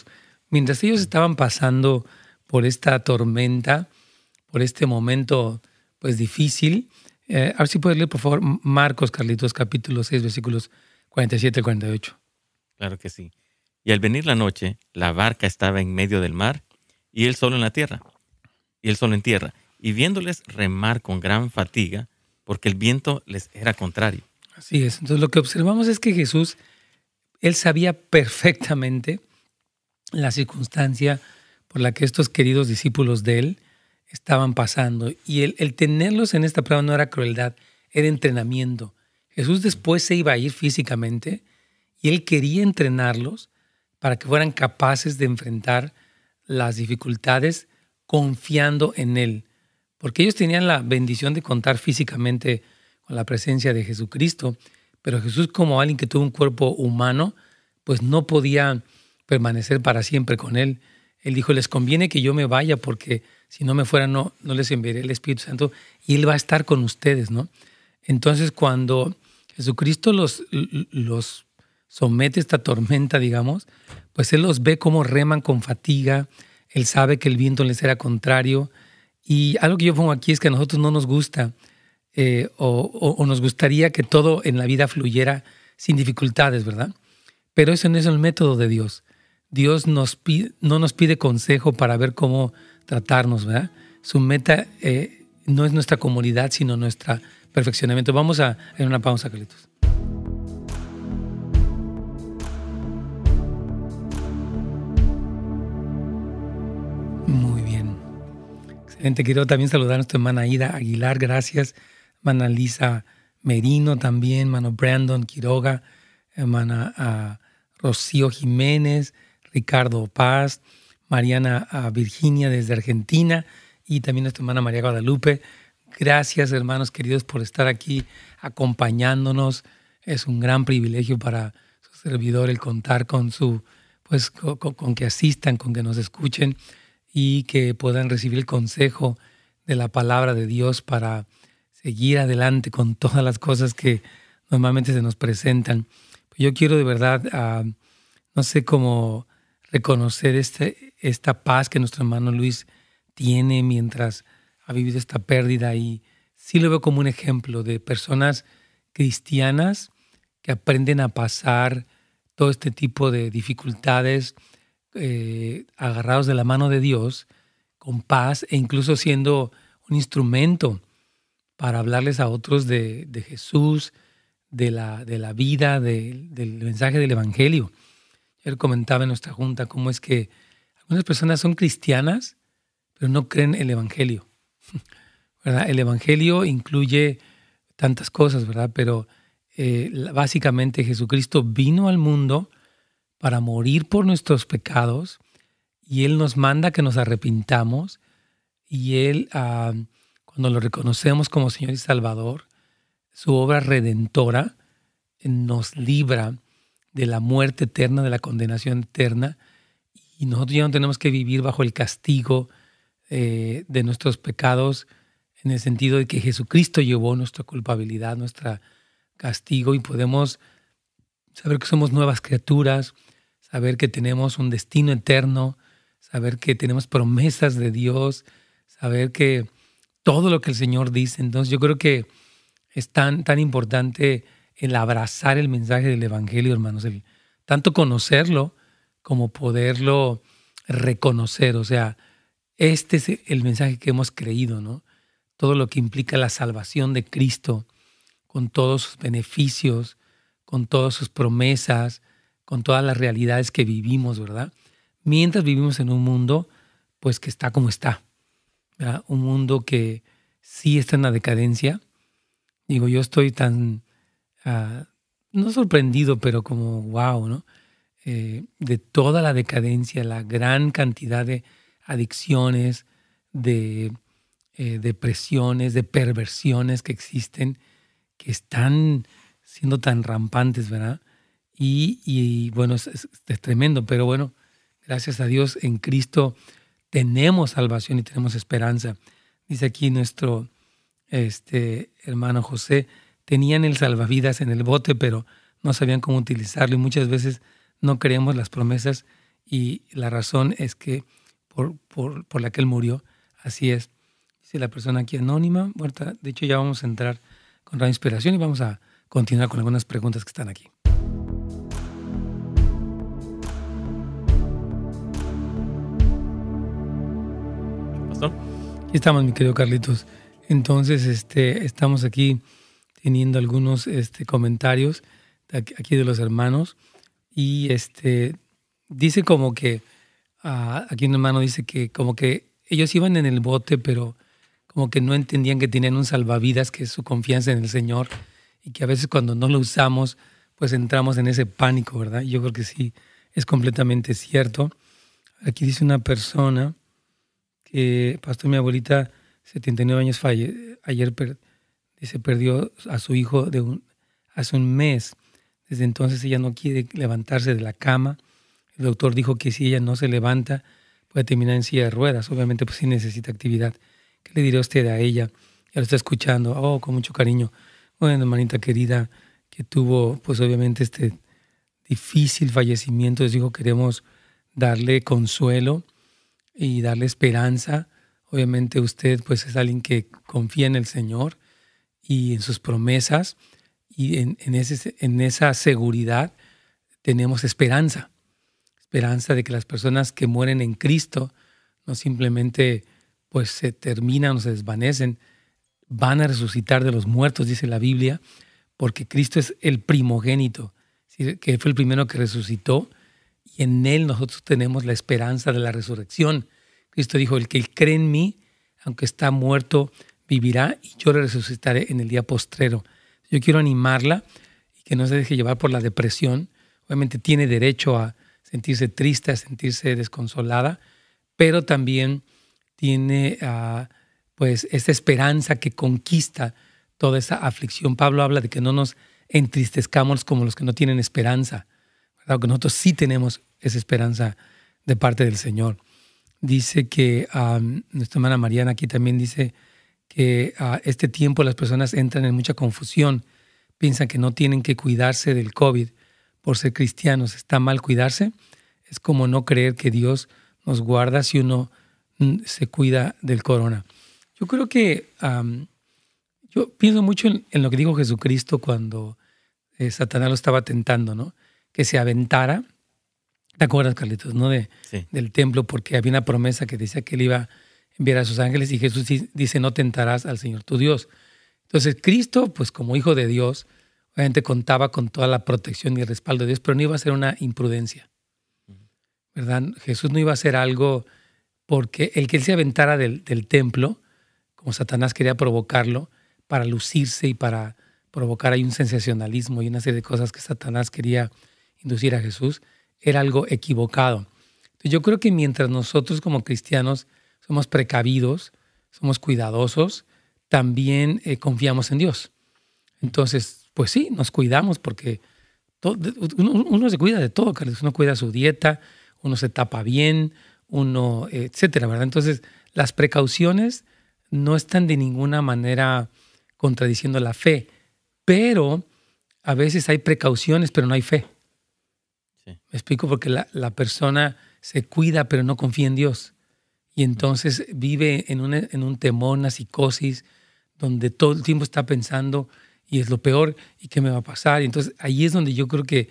Mientras ellos estaban pasando por esta tormenta, por este momento pues difícil, eh, a ver si puedes leer por favor Marcos, Carlitos, capítulo seis, versículos cuarenta y siete al cuarenta y ocho. Claro que sí. Y al venir la noche, la barca estaba en medio del mar y él solo en la tierra. Y él solo en tierra. Y viéndoles remar con gran fatiga, porque el viento les era contrario. Así es. Entonces lo que observamos es que Jesús, él sabía perfectamente la circunstancia por la que estos queridos discípulos de él estaban pasando. Y el, el tenerlos en esta prueba no era crueldad, era entrenamiento. Jesús después se iba a ir físicamente y él quería entrenarlos para que fueran capaces de enfrentar las dificultades confiando en él. Porque ellos tenían la bendición de contar físicamente con la presencia de Jesucristo, pero Jesús, como alguien que tuvo un cuerpo humano, pues no podía permanecer para siempre con él. Él dijo, les conviene que yo me vaya porque si no me fuera no, no les enviaré el Espíritu Santo y él va a estar con ustedes, ¿no? Entonces cuando Jesucristo los, los somete a esta tormenta, digamos, pues él los ve cómo reman con fatiga, él sabe que el viento les era contrario y algo que yo pongo aquí es que a nosotros no nos gusta eh, o, o, o nos gustaría que todo en la vida fluyera sin dificultades, ¿verdad? Pero ese no es el método de Dios. Dios nos pide, no nos pide consejo para ver cómo tratarnos, ¿verdad? Su meta eh, no es nuestra comodidad, sino nuestro perfeccionamiento. Vamos a hacer una pausa, Carlitos. Muy bien. Excelente. Quiero también saludar a nuestra hermana Aida Aguilar, gracias. Hermana Lisa Merino también, hermano Brandon Quiroga, hermana uh, Rocío Jiménez, Ricardo Paz, Mariana Virginia desde Argentina y también nuestra hermana María Guadalupe. Gracias, hermanos queridos, por estar aquí acompañándonos. Es un gran privilegio para su servidor el contar con su, pues, con, con que asistan, con que nos escuchen y que puedan recibir el consejo de la palabra de Dios para seguir adelante con todas las cosas que normalmente se nos presentan. Yo quiero de verdad, uh, no sé cómo reconocer este, esta paz que nuestro hermano Luis tiene mientras ha vivido esta pérdida y sí lo veo como un ejemplo de personas cristianas que aprenden a pasar todo este tipo de dificultades eh, agarrados de la mano de Dios con paz e incluso siendo un instrumento para hablarles a otros de, de Jesús, de la, de la vida, de, del mensaje del Evangelio. Él comentaba en nuestra junta cómo es que algunas personas son cristianas, pero no creen el Evangelio, ¿verdad? El Evangelio incluye tantas cosas, ¿verdad? Pero eh, básicamente Jesucristo vino al mundo para morir por nuestros pecados y Él nos manda que nos arrepintamos y Él, uh, cuando lo reconocemos como Señor y Salvador, su obra redentora nos libra de la muerte eterna, de la condenación eterna, y nosotros ya no tenemos que vivir bajo el castigo eh, de nuestros pecados, en el sentido de que Jesucristo llevó nuestra culpabilidad, nuestro castigo, y podemos saber que somos nuevas criaturas, saber que tenemos un destino eterno, saber que tenemos promesas de Dios, saber que todo lo que el Señor dice. Entonces yo creo que es tan, tan importante el abrazar el mensaje del Evangelio, hermanos, el tanto conocerlo como poderlo reconocer. O sea, este es el mensaje que hemos creído, ¿no? Todo lo que implica la salvación de Cristo, con todos sus beneficios, con todas sus promesas, con todas las realidades que vivimos, ¿verdad? Mientras vivimos en un mundo, pues, que está como está, ¿verdad? Un mundo que sí está en la decadencia. Digo, yo estoy tan, uh, no sorprendido, pero como wow, ¿no? Eh, de toda la decadencia, la gran cantidad de adicciones, de eh, depresiones, de perversiones que existen, que están siendo tan rampantes, ¿verdad? Y, y bueno, es, es, es tremendo, pero bueno, gracias a Dios en Cristo tenemos salvación y tenemos esperanza. Dice aquí nuestro este, hermano José, tenían el salvavidas en el bote, pero no sabían cómo utilizarlo y muchas veces no creemos las promesas y la razón es que por, por, por la que él murió, así es. Dice la persona aquí anónima, muerta. De hecho, ya vamos a entrar con Radio Inspiración y vamos a continuar con algunas preguntas que están aquí. ¿Pastor? Aquí estamos, mi querido Carlitos. Entonces, este, estamos aquí teniendo algunos este, comentarios de aquí, aquí de los hermanos y este, dice como que, uh, aquí un hermano dice que como que ellos iban en el bote, pero como que no entendían que tenían un salvavidas, que es su confianza en el Señor, y que a veces cuando no lo usamos, pues entramos en ese pánico, ¿verdad? Yo creo que sí, es completamente cierto. Aquí dice una persona que, pastor, mi abuelita, setenta y nueve años, falle, ayer per, dice, perdió a su hijo de un, hace un mes. Desde entonces ella no quiere levantarse de la cama. El doctor dijo que si ella no se levanta, puede terminar en silla de ruedas. Obviamente, pues sí necesita actividad. ¿Qué le dirá usted a ella? Ya lo está escuchando. Oh, con mucho cariño. Bueno, hermanita querida, que tuvo, pues obviamente, este difícil fallecimiento. Les digo, queremos darle consuelo y darle esperanza. Obviamente usted, pues, es alguien que confía en el Señor y en sus promesas. Y en, en, ese, en esa seguridad tenemos esperanza. Esperanza de que las personas que mueren en Cristo no simplemente pues se terminan o se desvanecen, van a resucitar de los muertos, dice la Biblia, porque Cristo es el primogénito, ¿sí? Que fue el primero que resucitó, y en Él nosotros tenemos la esperanza de la resurrección. Cristo dijo, el que cree en mí, aunque está muerto, vivirá, y yo le resucitaré en el día postrero. Yo quiero animarla y que no se deje llevar por la depresión. Obviamente tiene derecho a sentirse triste, a sentirse desconsolada, pero también tiene uh, pues esa esperanza que conquista toda esa aflicción. Pablo habla de que no nos entristezcamos como los que no tienen esperanza, ¿verdad? Que nosotros sí tenemos esa esperanza de parte del Señor. Dice que um, nuestra hermana Mariana aquí también dice que a uh, este tiempo las personas entran en mucha confusión, piensan que no tienen que cuidarse del COVID por ser cristianos. ¿Está mal cuidarse? Es como no creer que Dios nos guarda si uno mm, se cuida del corona. Yo creo que, um, yo pienso mucho en, en lo que dijo Jesucristo cuando eh, Satanás lo estaba tentando, ¿no? Que se aventara, ¿te acuerdas, Carlitos, no? De, sí. Del templo, porque había una promesa que decía que él iba a enviar a sus ángeles, y Jesús dice, no tentarás al Señor tu Dios. Entonces Cristo, pues como hijo de Dios, obviamente contaba con toda la protección y el respaldo de Dios, pero no iba a ser una imprudencia, ¿verdad? Jesús no iba a hacer algo porque el que él se aventara del, del templo, como Satanás quería provocarlo, para lucirse y para provocar ahí un sensacionalismo y una serie de cosas que Satanás quería inducir a Jesús, era algo equivocado. Entonces yo creo que mientras nosotros como cristianos somos precavidos, somos cuidadosos, también eh, confiamos en Dios. Entonces, pues sí, nos cuidamos porque todo, uno, uno se cuida de todo, Carlos. Uno cuida su dieta, uno se tapa bien, uno, etcétera, ¿verdad? Entonces, las precauciones no están de ninguna manera contradiciendo la fe, pero a veces hay precauciones, pero no hay fe. Sí. Me explico, porque la, la persona se cuida, pero no confía en Dios. Y entonces vive en un, en un temor, una psicosis, donde todo el tiempo está pensando, y es lo peor, ¿y qué me va a pasar? Y entonces ahí es donde yo creo que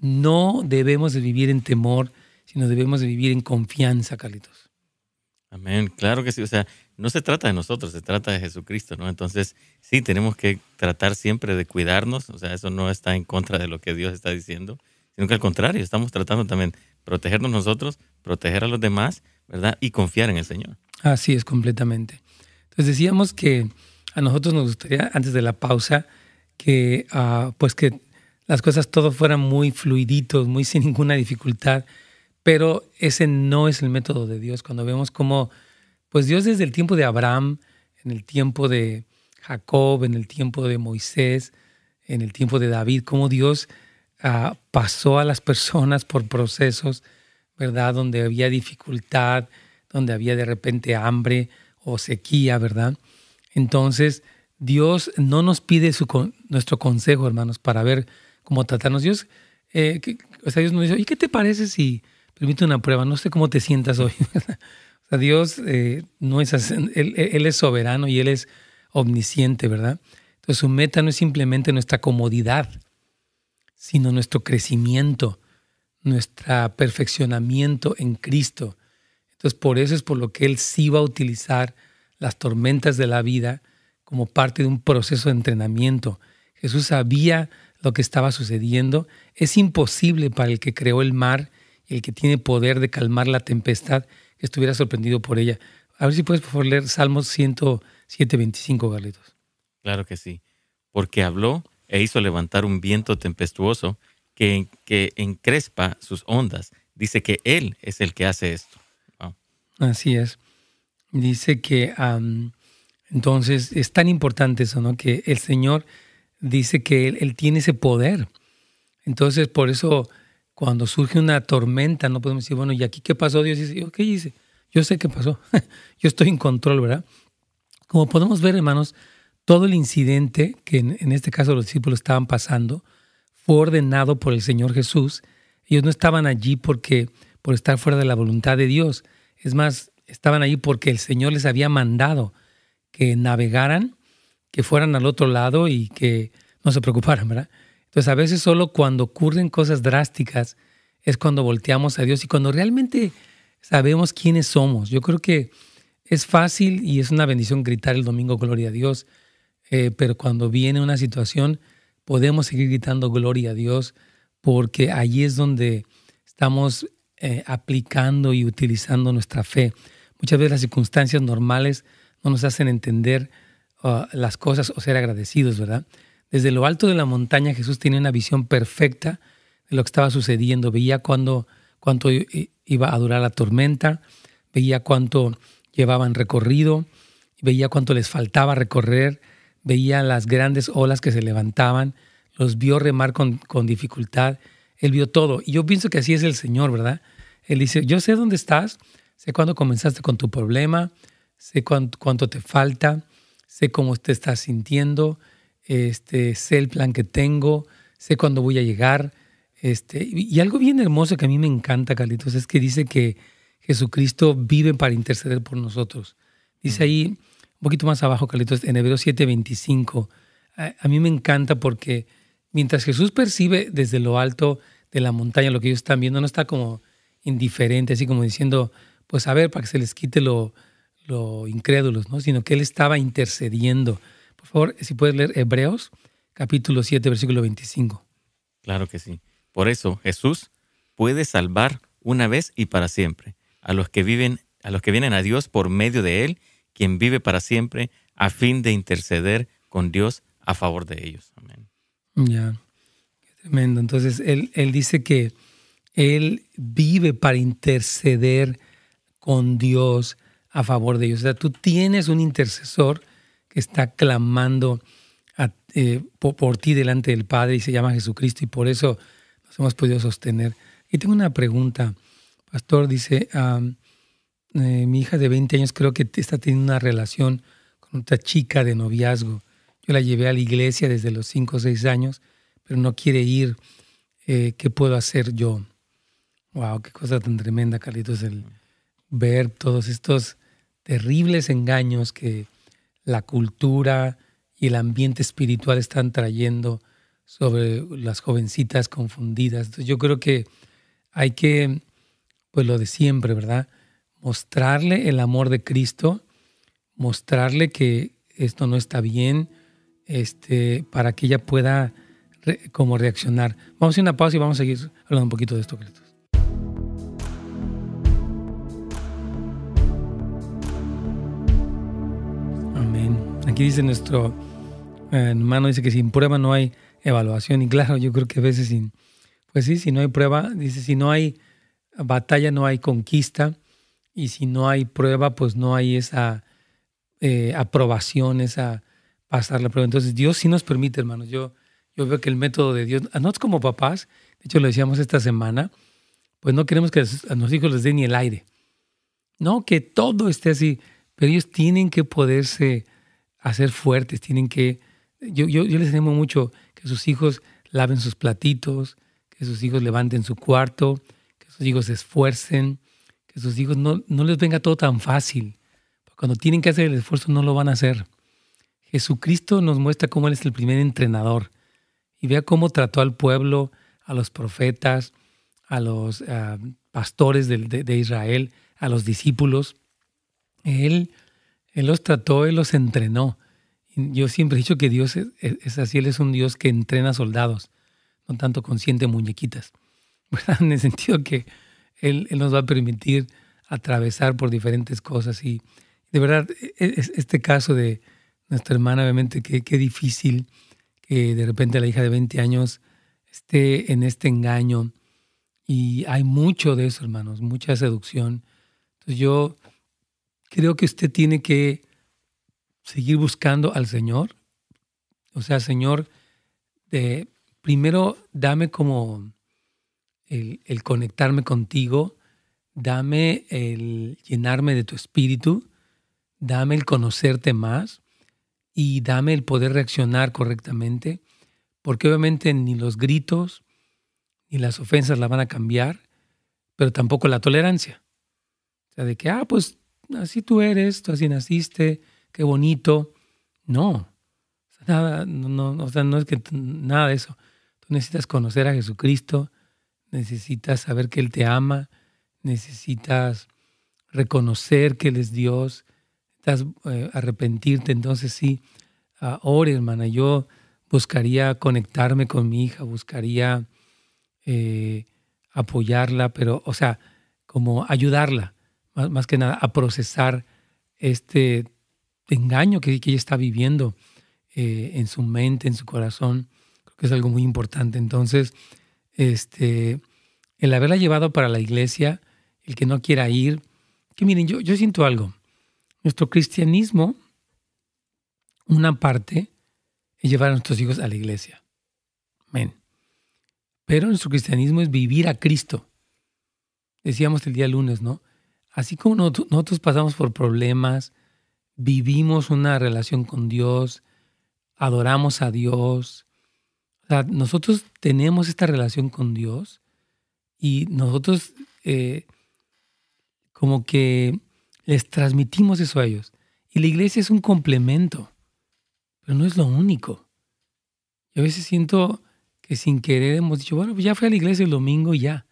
no debemos de vivir en temor, sino debemos de vivir en confianza, Carlitos. Amén, claro que sí. O sea, no se trata de nosotros, se trata de Jesucristo, ¿no? Entonces, sí, tenemos que tratar siempre de cuidarnos. O sea, eso no está en contra de lo que Dios está diciendo, sino que al contrario, estamos tratando también de protegernos nosotros, proteger a los demás, ¿verdad? Y confiar en el Señor. Así es, completamente. Entonces decíamos que a nosotros nos gustaría, antes de la pausa, que uh, pues que las cosas todo fueran muy fluiditos, muy sin ninguna dificultad, pero ese no es el método de Dios. Cuando vemos cómo, pues Dios desde el tiempo de Abraham, en el tiempo de Jacob, en el tiempo de Moisés, en el tiempo de David, cómo Dios uh, pasó a las personas por procesos, ¿verdad? Donde había dificultad, donde había de repente hambre o sequía, ¿verdad? Entonces, Dios no nos pide su, nuestro consejo, hermanos, para ver cómo tratarnos. Dios, eh, que, o sea, Dios nos dice, ¿y qué te parece si permite una prueba. No sé cómo te sientas hoy. O sea, Dios eh, no es así, él, él es soberano y Él es omnisciente, ¿verdad? Entonces su meta no es simplemente nuestra comodidad, sino nuestro crecimiento, nuestro perfeccionamiento en Cristo. Entonces por eso es por lo que Él sí va a utilizar las tormentas de la vida como parte de un proceso de entrenamiento. Jesús sabía lo que estaba sucediendo. Es imposible para el que creó el mar y el que tiene poder de calmar la tempestad que estuviera sorprendido por ella. A ver si puedes, por favor, leer Salmos ciento siete, veinticinco, Carlitos. Claro que sí. Porque habló e hizo levantar un viento tempestuoso que, que encrespa sus ondas. Dice que Él es el que hace esto. Wow. Así es. Dice que um, entonces es tan importante eso, ¿no? Que el Señor dice que él, él tiene ese poder. Entonces, por eso, cuando surge una tormenta, no podemos decir, bueno, ¿y aquí qué pasó? Dios dice, ¿qué dice? Yo sé qué pasó. Yo estoy en control, ¿verdad? Como podemos ver, hermanos, todo el incidente que en, en este caso los discípulos estaban pasando fue ordenado por el Señor Jesús. Ellos no estaban allí porque, por estar fuera de la voluntad de Dios. Es más, estaban allí porque el Señor les había mandado que navegaran, que fueran al otro lado y que no se preocuparan, ¿verdad? Entonces, a veces solo cuando ocurren cosas drásticas es cuando volteamos a Dios y cuando realmente sabemos quiénes somos. Yo creo que es fácil y es una bendición gritar el domingo gloria a Dios, eh, pero cuando viene una situación podemos seguir gritando gloria a Dios porque allí es donde estamos eh, aplicando y utilizando nuestra fe. Muchas veces las circunstancias normales no nos hacen entender Uh, las cosas o ser agradecidos, ¿verdad? Desde lo alto de la montaña Jesús tenía una visión perfecta de lo que estaba sucediendo. Veía cuándo, cuánto iba a durar la tormenta, veía cuánto llevaban recorrido, veía cuánto les faltaba recorrer, veía las grandes olas que se levantaban, los vio remar con, con dificultad. Él vio todo. Y yo pienso que así es el Señor, ¿verdad? Él dice, yo sé dónde estás, sé cuándo comenzaste con tu problema, sé cuánto, cuánto te falta, sé cómo te estás sintiendo, este, sé el plan que tengo, sé cuándo voy a llegar. Este, y algo bien hermoso que a mí me encanta, Carlitos, es que dice que Jesucristo vive para interceder por nosotros. Dice ahí, un poquito más abajo, Carlitos, en Hebreos siete veinticinco. A, a mí me encanta porque mientras Jesús percibe desde lo alto de la montaña lo que ellos están viendo, no está como indiferente, así como diciendo, pues a ver, para que se les quite lo... lo incrédulos, ¿no? Sino que Él estaba intercediendo. Por favor, si puedes leer Hebreos, capítulo siete, versículo veinticinco. Claro que sí. Por eso, Jesús puede salvar una vez y para siempre a los que viven, a los que vienen a Dios por medio de Él, quien vive para siempre, a fin de interceder con Dios a favor de ellos. Amén. Ya, qué tremendo. Entonces, Él, él dice que Él vive para interceder con Dios a favor de ellos. O sea, tú tienes un intercesor que está clamando a, eh, por, por ti delante del Padre y se llama Jesucristo y por eso nos hemos podido sostener. Y tengo una pregunta, pastor. Dice, um, eh, mi hija de veinte años creo que está teniendo una relación con otra chica de noviazgo. Yo la llevé a la iglesia desde los cinco o seis años, pero no quiere ir. Eh, ¿Qué puedo hacer yo? Wow, qué cosa tan tremenda, Carlitos, el ver todos estos terribles engaños que la cultura y el ambiente espiritual están trayendo sobre las jovencitas confundidas. Entonces yo creo que hay que, pues lo de siempre, ¿verdad? Mostrarle el amor de Cristo, mostrarle que esto no está bien, este, para que ella pueda re, como reaccionar. Vamos a hacer una pausa y vamos a seguir hablando un poquito de esto, Cristo. Aquí dice nuestro eh, hermano, dice que sin prueba no hay evaluación. Y claro, yo creo que a veces, sin, pues sí, si no hay prueba, dice, si no hay batalla no hay conquista. Y si no hay prueba, pues no hay esa eh, aprobación, esa pasar la prueba. Entonces Dios sí nos permite, hermanos. Yo, yo veo que el método de Dios, a nosotros como papás, de hecho lo decíamos esta semana, pues no queremos que a nuestros hijos les dé ni el aire. No, que todo esté así. Pero ellos tienen que poderse hacer fuertes, tienen que... Yo, yo, yo les animo mucho que sus hijos laven sus platitos, que sus hijos levanten su cuarto, que que sus hijos se esfuercen, que sus hijos no, no les venga todo tan fácil. Cuando tienen que hacer el esfuerzo no lo van a hacer. Jesucristo nos muestra cómo Él es el primer entrenador. Y vea cómo trató al pueblo, a los profetas, a los uh, pastores de, de, de Israel, a los discípulos. Él, él los trató, Él los entrenó. Yo siempre he dicho que Dios es, es así, Él es un Dios que entrena soldados, no tanto consciente muñequitas, ¿verdad? En el sentido que Él, él nos va a permitir atravesar por diferentes cosas. Y de verdad, este caso de nuestra hermana, obviamente, qué, qué difícil que de repente la hija de veinte años esté en este engaño. Y hay mucho de eso, hermanos, mucha seducción. Entonces yo creo que usted tiene que seguir buscando al Señor. O sea, Señor, de, primero dame como el, el conectarme contigo, dame el llenarme de tu espíritu, dame el conocerte más y dame el poder reaccionar correctamente, porque obviamente ni los gritos ni las ofensas la van a cambiar, pero tampoco la tolerancia. O sea, de que, ah, pues así tú eres, tú así naciste, qué bonito. No, o sea, nada, no, no, o sea, no es que nada de eso. Tú necesitas conocer a Jesucristo, necesitas saber que Él te ama, necesitas reconocer que Él es Dios, necesitas eh, arrepentirte. Entonces sí, uh, ore, hermana. Yo buscaría conectarme con mi hija, buscaría eh, apoyarla, pero, o sea, como ayudarla, más, más que nada, a procesar este engaño que, que ella está viviendo eh, en su mente, en su corazón. Creo que es algo muy importante. Entonces, este, el haberla llevado para la iglesia, el que no quiera ir, que miren, yo, yo siento algo. Nuestro cristianismo, una parte es llevar a nuestros hijos a la iglesia. Amén. Pero nuestro cristianismo es vivir a Cristo. Decíamos el día lunes, ¿no? Así como nosotros pasamos por problemas, vivimos una relación con Dios, adoramos a Dios. O sea, nosotros tenemos esta relación con Dios y nosotros eh, como que les transmitimos eso a ellos. Y la iglesia es un complemento, pero no es lo único. Yo a veces siento que sin querer hemos dicho, bueno, pues ya fui a la iglesia el domingo y ya.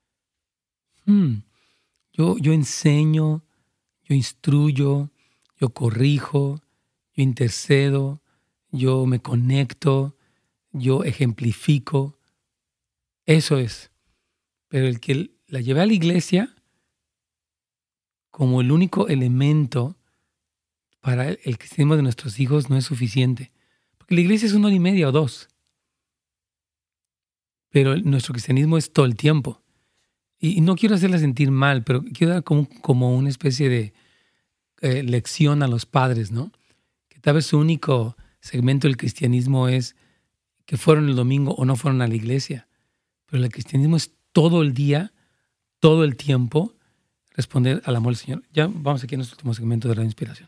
Hmm. Yo, yo enseño, yo instruyo, yo corrijo, yo intercedo, yo me conecto, yo ejemplifico. Eso es. Pero el que la llevé a la iglesia como el único elemento para el cristianismo de nuestros hijos no es suficiente. Porque la iglesia es una hora y media o dos. Pero nuestro cristianismo es todo el tiempo. Y no quiero hacerla sentir mal, pero quiero dar como, como una especie de eh, lección a los padres, ¿no? Que tal vez su único segmento del cristianismo es que fueron el domingo o no fueron a la iglesia. Pero el cristianismo es todo el día, todo el tiempo, responder al amor del Señor. Ya vamos aquí a nuestro último segmento de la inspiración.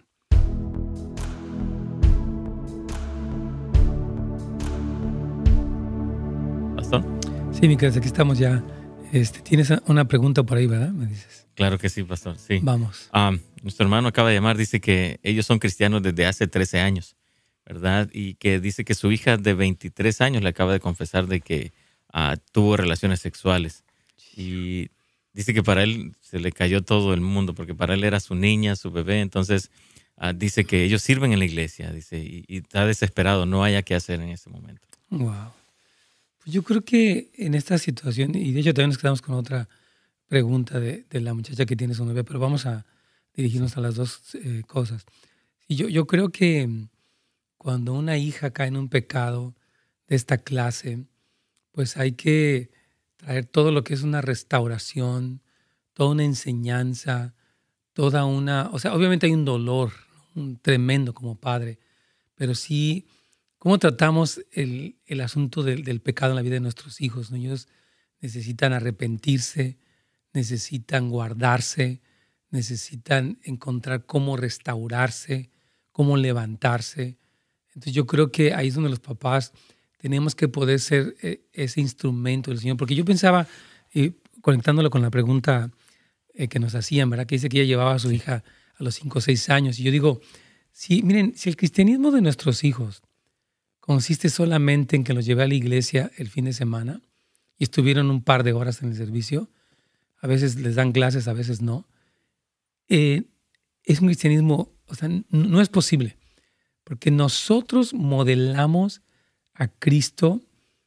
¿Pastor? Sí, mi querida, aquí estamos ya. Este, tienes una pregunta por ahí, ¿verdad? Me dices. Claro que sí, pastor. Sí. Vamos. Um, nuestro hermano acaba de llamar, dice que ellos son cristianos desde hace trece años, ¿verdad? Y que dice que su hija de veintitrés años le acaba de confesar de que uh, tuvo relaciones sexuales. Y dice que para él se le cayó todo el mundo, porque para él era su niña, su bebé. Entonces uh, dice que ellos sirven en la iglesia, dice, y, y está desesperado, no haya qué hacer en ese momento. Wow. Yo creo que en esta situación, y de hecho también nos quedamos con otra pregunta de, de la muchacha que tiene su novia, pero vamos a dirigirnos a las dos eh, cosas. Y yo, yo creo que cuando una hija cae en un pecado de esta clase, pues hay que traer todo lo que es una restauración, toda una enseñanza, toda una... O sea, obviamente hay un dolor, un tremendo como padre, pero sí... ¿Cómo tratamos el, el asunto del, del pecado en la vida de nuestros hijos, ¿no? Ellos necesitan arrepentirse, necesitan guardarse, necesitan encontrar cómo restaurarse, cómo levantarse. Entonces yo creo que ahí es donde los papás tenemos que poder ser ese instrumento del Señor. Porque yo pensaba, eh, conectándolo con la pregunta eh, que nos hacían, ¿verdad? Que dice que ella llevaba a su hija a los cinco o seis años. Y yo digo, sí, miren, si el cristianismo de nuestros hijos consiste solamente en que los llevé a la iglesia el fin de semana y estuvieron un par de horas en el servicio, a veces les dan clases, a veces no, eh, es un cristianismo, o sea, n- no es posible, porque nosotros modelamos a Cristo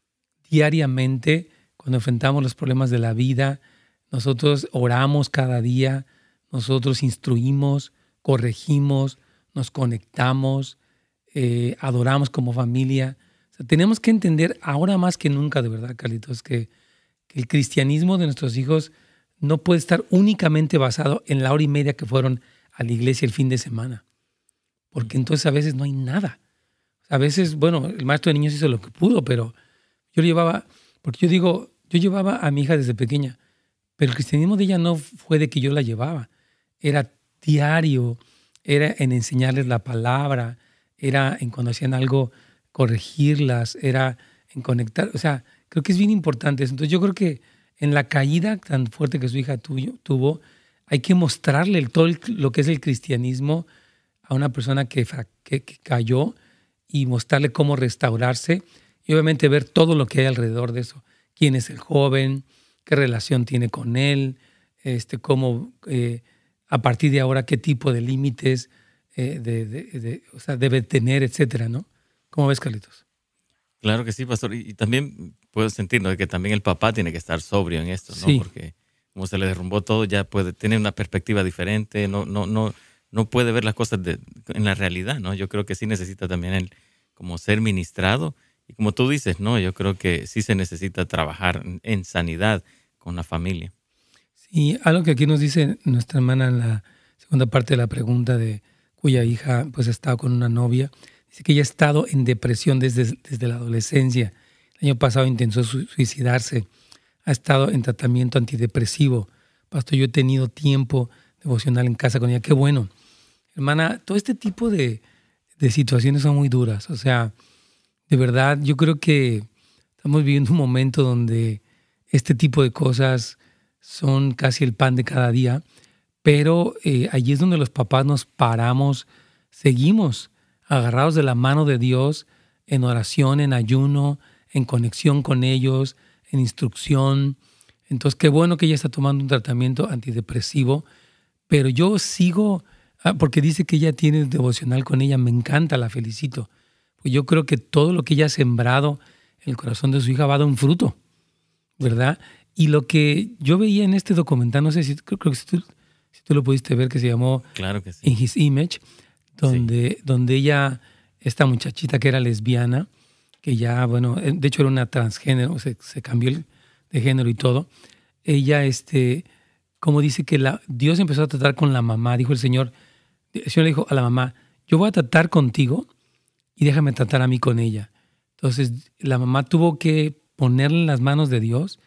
diariamente cuando enfrentamos los problemas de la vida. Nosotros oramos cada día, nosotros instruimos, corregimos, nos conectamos, eh, adoramos como familia. O sea, tenemos que entender ahora más que nunca, de verdad, Carlitos, que, que el cristianismo de nuestros hijos no puede estar únicamente basado en la hora y media que fueron a la iglesia el fin de semana, porque entonces a veces no hay nada. A veces, bueno, el maestro de niños hizo lo que pudo, pero yo lo llevaba, porque yo digo, yo llevaba a mi hija desde pequeña, pero el cristianismo de ella no fue de que yo la llevaba, era diario, era en enseñarles la palabra, era en cuando hacían algo, corregirlas, era en conectar, o sea, creo que es bien importante eso. Entonces yo creo que en la caída tan fuerte que su hija tuyo, tuvo, hay que mostrarle el, todo el- lo que es el cristianismo a una persona que, fra- que, que cayó y mostrarle cómo restaurarse y obviamente ver todo lo que hay alrededor de eso. Quién es el joven, qué relación tiene con él, este, cómo, eh, a partir de ahora, qué tipo de límites eh, de, de- de- o sea, debe tener, etcétera, ¿no? ¿Cómo ves, Carlitos? Claro que sí, pastor. Y, y también puedo sentir, ¿no?, que también el papá tiene que estar sobrio en esto, ¿no? Sí. Porque como se le derrumbó todo, ya puede tener una perspectiva diferente, no, no, no, no puede ver las cosas de- en la realidad, ¿no? Yo creo que sí necesita también él como ser ministrado. Y como tú dices, ¿no? Yo creo que sí se necesita trabajar en, en sanidad con la familia. Sí, algo que aquí nos dice nuestra hermana en la segunda parte de la pregunta de cuya hija pues ha estado con una novia, dice que ella ha estado en depresión desde, desde la adolescencia. El año pasado intentó su- suicidarse, ha estado en tratamiento antidepresivo. Pastor, yo he tenido tiempo devocional en casa con ella. Qué bueno. Hermana, todo este tipo de, de situaciones son muy duras. O sea, de verdad, yo creo que estamos viviendo un momento donde este tipo de cosas son casi el pan de cada día, pero eh, allí es donde los papás nos paramos, seguimos agarrados de la mano de Dios en oración, en ayuno, en conexión con ellos, en instrucción. Entonces, qué bueno que ella está tomando un tratamiento antidepresivo, pero yo sigo, ah, porque dice que ella tiene devocional con ella, me encanta, la felicito. Pues yo creo que todo lo que ella ha sembrado en el corazón de su hija va a dar un fruto, ¿verdad? Y lo que yo veía en este documental, no sé si creo, creo que si tú, si tú lo pudiste ver, que se llamó Claro que In sí. His Image, donde, donde ella, esta muchachita que era lesbiana, que ya, bueno, eh, de hecho era una transgénero, se, se cambió el- de género y todo, ella, este, como dice que la, Dios empezó a tratar con la mamá, dijo el Señor, el Señor le dijo a la mamá, yo voy a tratar contigo y déjame tratar a mí con ella. Entonces la mamá tuvo que ponerle en las manos de Dios,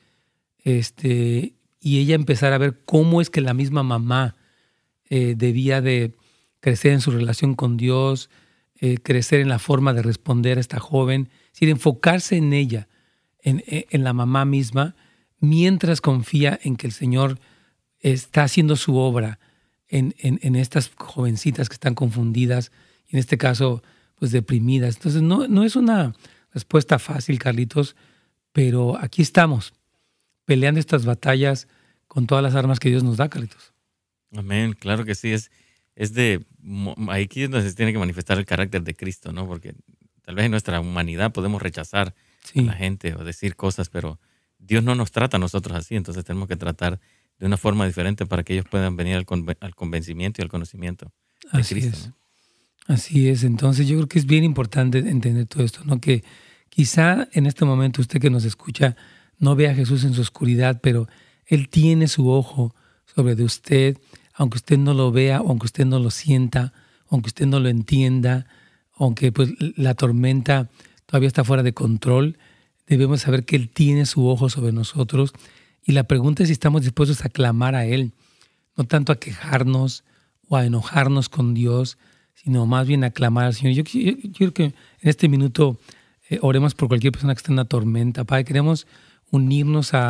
este, y ella empezar a ver cómo es que la misma mamá eh, debía de crecer en su relación con Dios, eh, crecer en la forma de responder a esta joven, es decir, enfocarse en ella, en, en la mamá misma, mientras confía en que el Señor está haciendo su obra en, en, en estas jovencitas que están confundidas y en este caso, pues deprimidas. Entonces, no, no es una respuesta fácil, Carlitos, pero aquí estamos, peleando estas batallas con todas las armas que Dios nos da, Carlitos. Amén, claro que sí. Es, es de, mo- aquí es donde se tiene que manifestar el carácter de Cristo, ¿no? Porque tal vez en nuestra humanidad podemos rechazar a Sí, la gente o decir cosas, pero Dios no nos trata a nosotros así, entonces tenemos que tratar de una forma diferente para que ellos puedan venir al, conven- al convencimiento y al conocimiento de así Cristo, es. ¿no? Así es. Entonces, yo creo que es bien importante entender todo esto, ¿no? Que quizá en este momento usted que nos escucha no ve a Jesús en su oscuridad, pero Él tiene su ojo sobre de usted, aunque usted no lo vea, aunque usted no lo sienta, aunque usted no lo entienda, aunque pues la tormenta todavía está fuera de control, debemos saber que Él tiene su ojo sobre nosotros. Y la pregunta es si estamos dispuestos a clamar a Él, no tanto a quejarnos o a enojarnos con Dios, sino más bien a clamar al Señor. Yo, yo- yo quiero que en este minuto eh, oremos por cualquier persona que esté en una tormenta. Padre, queremos unirnos a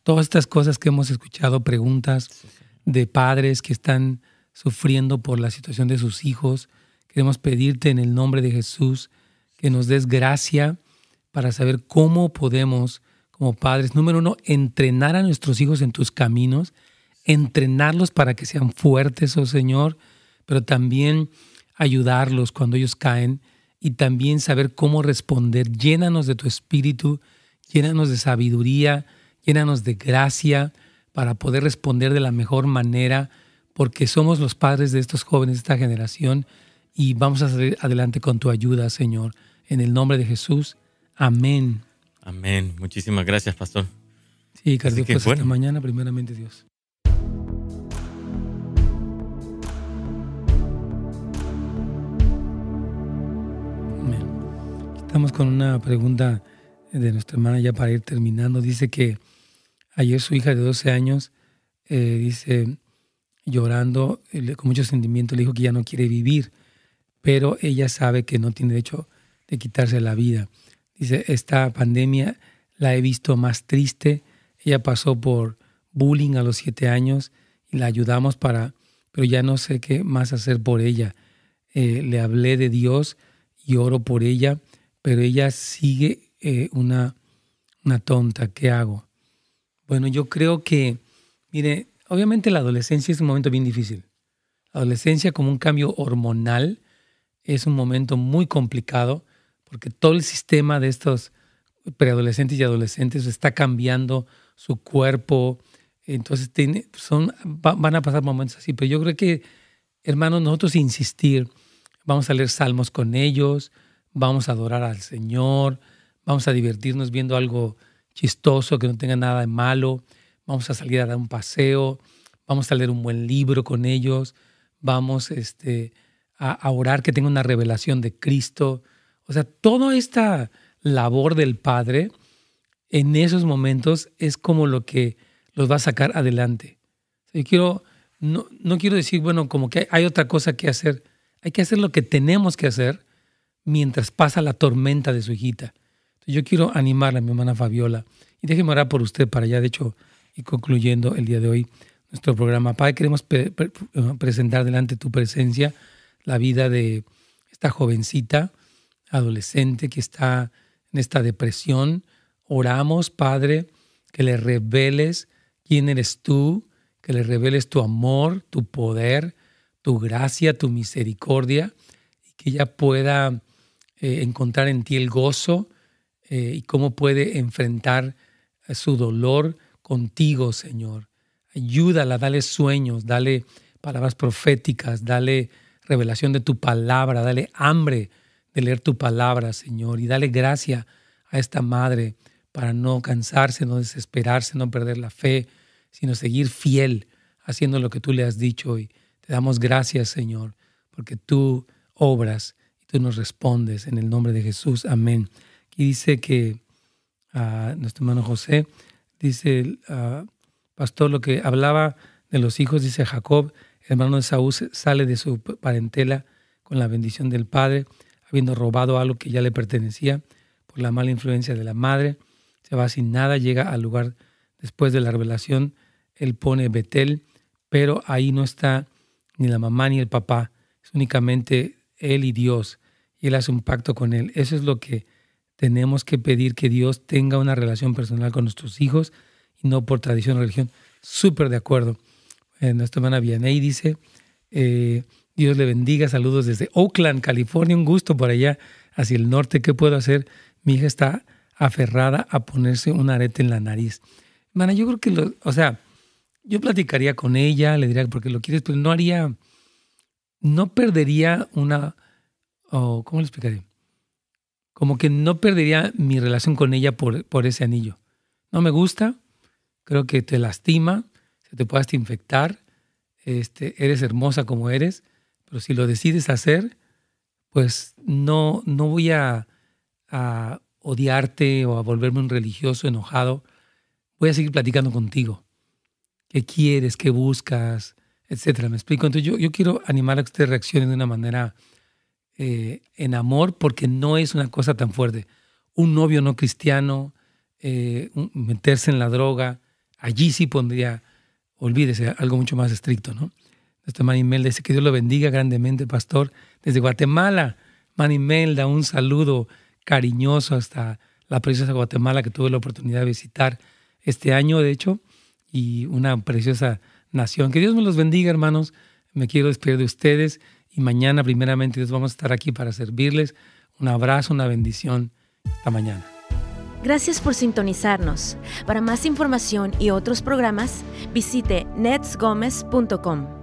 Todas estas cosas que hemos escuchado, preguntas Sí, sí. de padres que están sufriendo por la situación de sus hijos, queremos pedirte en el nombre de Jesús que nos des gracia para saber cómo podemos, como padres, número uno, entrenar a nuestros hijos en tus caminos, entrenarlos para que sean fuertes, oh Señor, pero también ayudarlos cuando ellos caen y también saber cómo responder. Llénanos de tu espíritu, llénanos de sabiduría, llénanos de gracia para poder responder de la mejor manera, porque somos los padres de estos jóvenes, de esta generación, y vamos a salir adelante con tu ayuda, Señor. En el nombre de Jesús, amén. Amén. Muchísimas gracias, pastor. Sí, Carlos, que, pues bueno. hasta mañana, primeramente Dios. Amén. Estamos con una pregunta de nuestra hermana ya para ir terminando. Dice que ayer su hija de doce años, eh, dice, llorando, eh, con mucho sentimiento, le dijo que ya no quiere vivir, pero ella sabe que no tiene derecho de quitarse la vida. Dice, esta pandemia la he visto más triste. Ella pasó por bullying a los siete años y la ayudamos para, pero ya no sé qué más hacer por ella. Eh, le hablé de Dios y oro por ella, pero ella sigue eh, una, una tonta. ¿Qué hago? Bueno, yo creo que, mire, obviamente la adolescencia es un momento bien difícil. La adolescencia, como un cambio hormonal, es un momento muy complicado porque todo el sistema de estos preadolescentes y adolescentes está cambiando su cuerpo. Entonces tiene, son, va, van a pasar momentos así. Pero yo creo que, hermanos, nosotros insistir, vamos a leer salmos con ellos, vamos a adorar al Señor, vamos a divertirnos viendo algo chistoso que no tenga nada de malo, vamos a salir a dar un paseo, vamos a leer un buen libro con ellos, vamos este, a, a orar que tenga una revelación de Cristo. O sea, toda esta labor del Padre en esos momentos es como lo que los va a sacar adelante. Yo quiero, no, no quiero decir, bueno, como que hay, hay otra cosa que hacer. Hay que hacer lo que tenemos que hacer mientras pasa la tormenta de su hijita. Entonces, yo quiero animarla a mi hermana Fabiola. Y déjeme orar por usted para ya, de hecho, y concluyendo el día de hoy nuestro programa. Padre, queremos pre- pre- presentar delante de tu presencia la vida de esta jovencita, adolescente que está en esta depresión. Oramos, Padre, que le reveles quién eres tú, que le reveles tu amor, tu poder, tu gracia, tu misericordia, y que ella pueda eh, encontrar en ti el gozo eh, y cómo puede enfrentar eh, su dolor contigo, Señor. Ayúdala, dale sueños, dale palabras proféticas, dale revelación de tu palabra, dale hambre de leer tu palabra, Señor, y dale gracia a esta madre para no cansarse, no desesperarse, no perder la fe, sino seguir fiel haciendo lo que tú le has dicho. Y te damos gracias, Señor, porque tú obras y tú nos respondes en el nombre de Jesús. Amén. Aquí dice que uh, nuestro hermano José, dice, uh, pastor, lo que hablaba de los hijos, dice Jacob, el hermano de Saúl, sale de su parentela con la bendición del padre, habiendo robado algo que ya le pertenecía por la mala influencia de la madre. Se va sin nada, llega al lugar después de la revelación. Él pone Betel, pero ahí no está ni la mamá ni el papá. Es únicamente él y Dios. Y él hace un pacto con él. Eso es lo que tenemos que pedir, que Dios tenga una relación personal con nuestros hijos y no por tradición o religión. Súper de acuerdo. Eh, nuestra hermana Vianey dice, eh, Dios le bendiga, saludos desde Oakland, California, un gusto por allá, hacia el norte. ¿Qué puedo hacer? Mi hija está aferrada a ponerse un arete en la nariz. Hermana, yo creo que, lo, o sea, yo platicaría con ella, le diría porque lo quieres, pero no haría, no perdería una, oh, ¿cómo le explicaré? Como que no perdería mi relación con ella por, por ese anillo. No me gusta, creo que te lastima, se te puede hasta infectar, este, eres hermosa como eres, pero si lo decides hacer, pues no, no voy a, a odiarte o a volverme un religioso enojado. Voy a seguir platicando contigo. ¿Qué quieres? ¿Qué buscas? Etcétera. ¿Me explico? Entonces yo, yo quiero animar a que ustedes reaccionen de una manera eh, en amor, porque no es una cosa tan fuerte. Un novio no cristiano, eh, un, meterse en la droga, allí sí pondría, olvídese, algo mucho más estricto, ¿no? Nuestra hermana Imelda dice que Dios lo bendiga grandemente, pastor. Desde Guatemala, hermana Imelda, un saludo cariñoso hasta la preciosa Guatemala que tuve la oportunidad de visitar este año, de hecho, y una preciosa nación. Que Dios me los bendiga, hermanos. Me quiero despedir de ustedes y mañana, primeramente, Dios, vamos a estar aquí para servirles. Un abrazo, una bendición. Hasta mañana. Gracias por sintonizarnos. Para más información y otros programas, visite nets gomez punto com.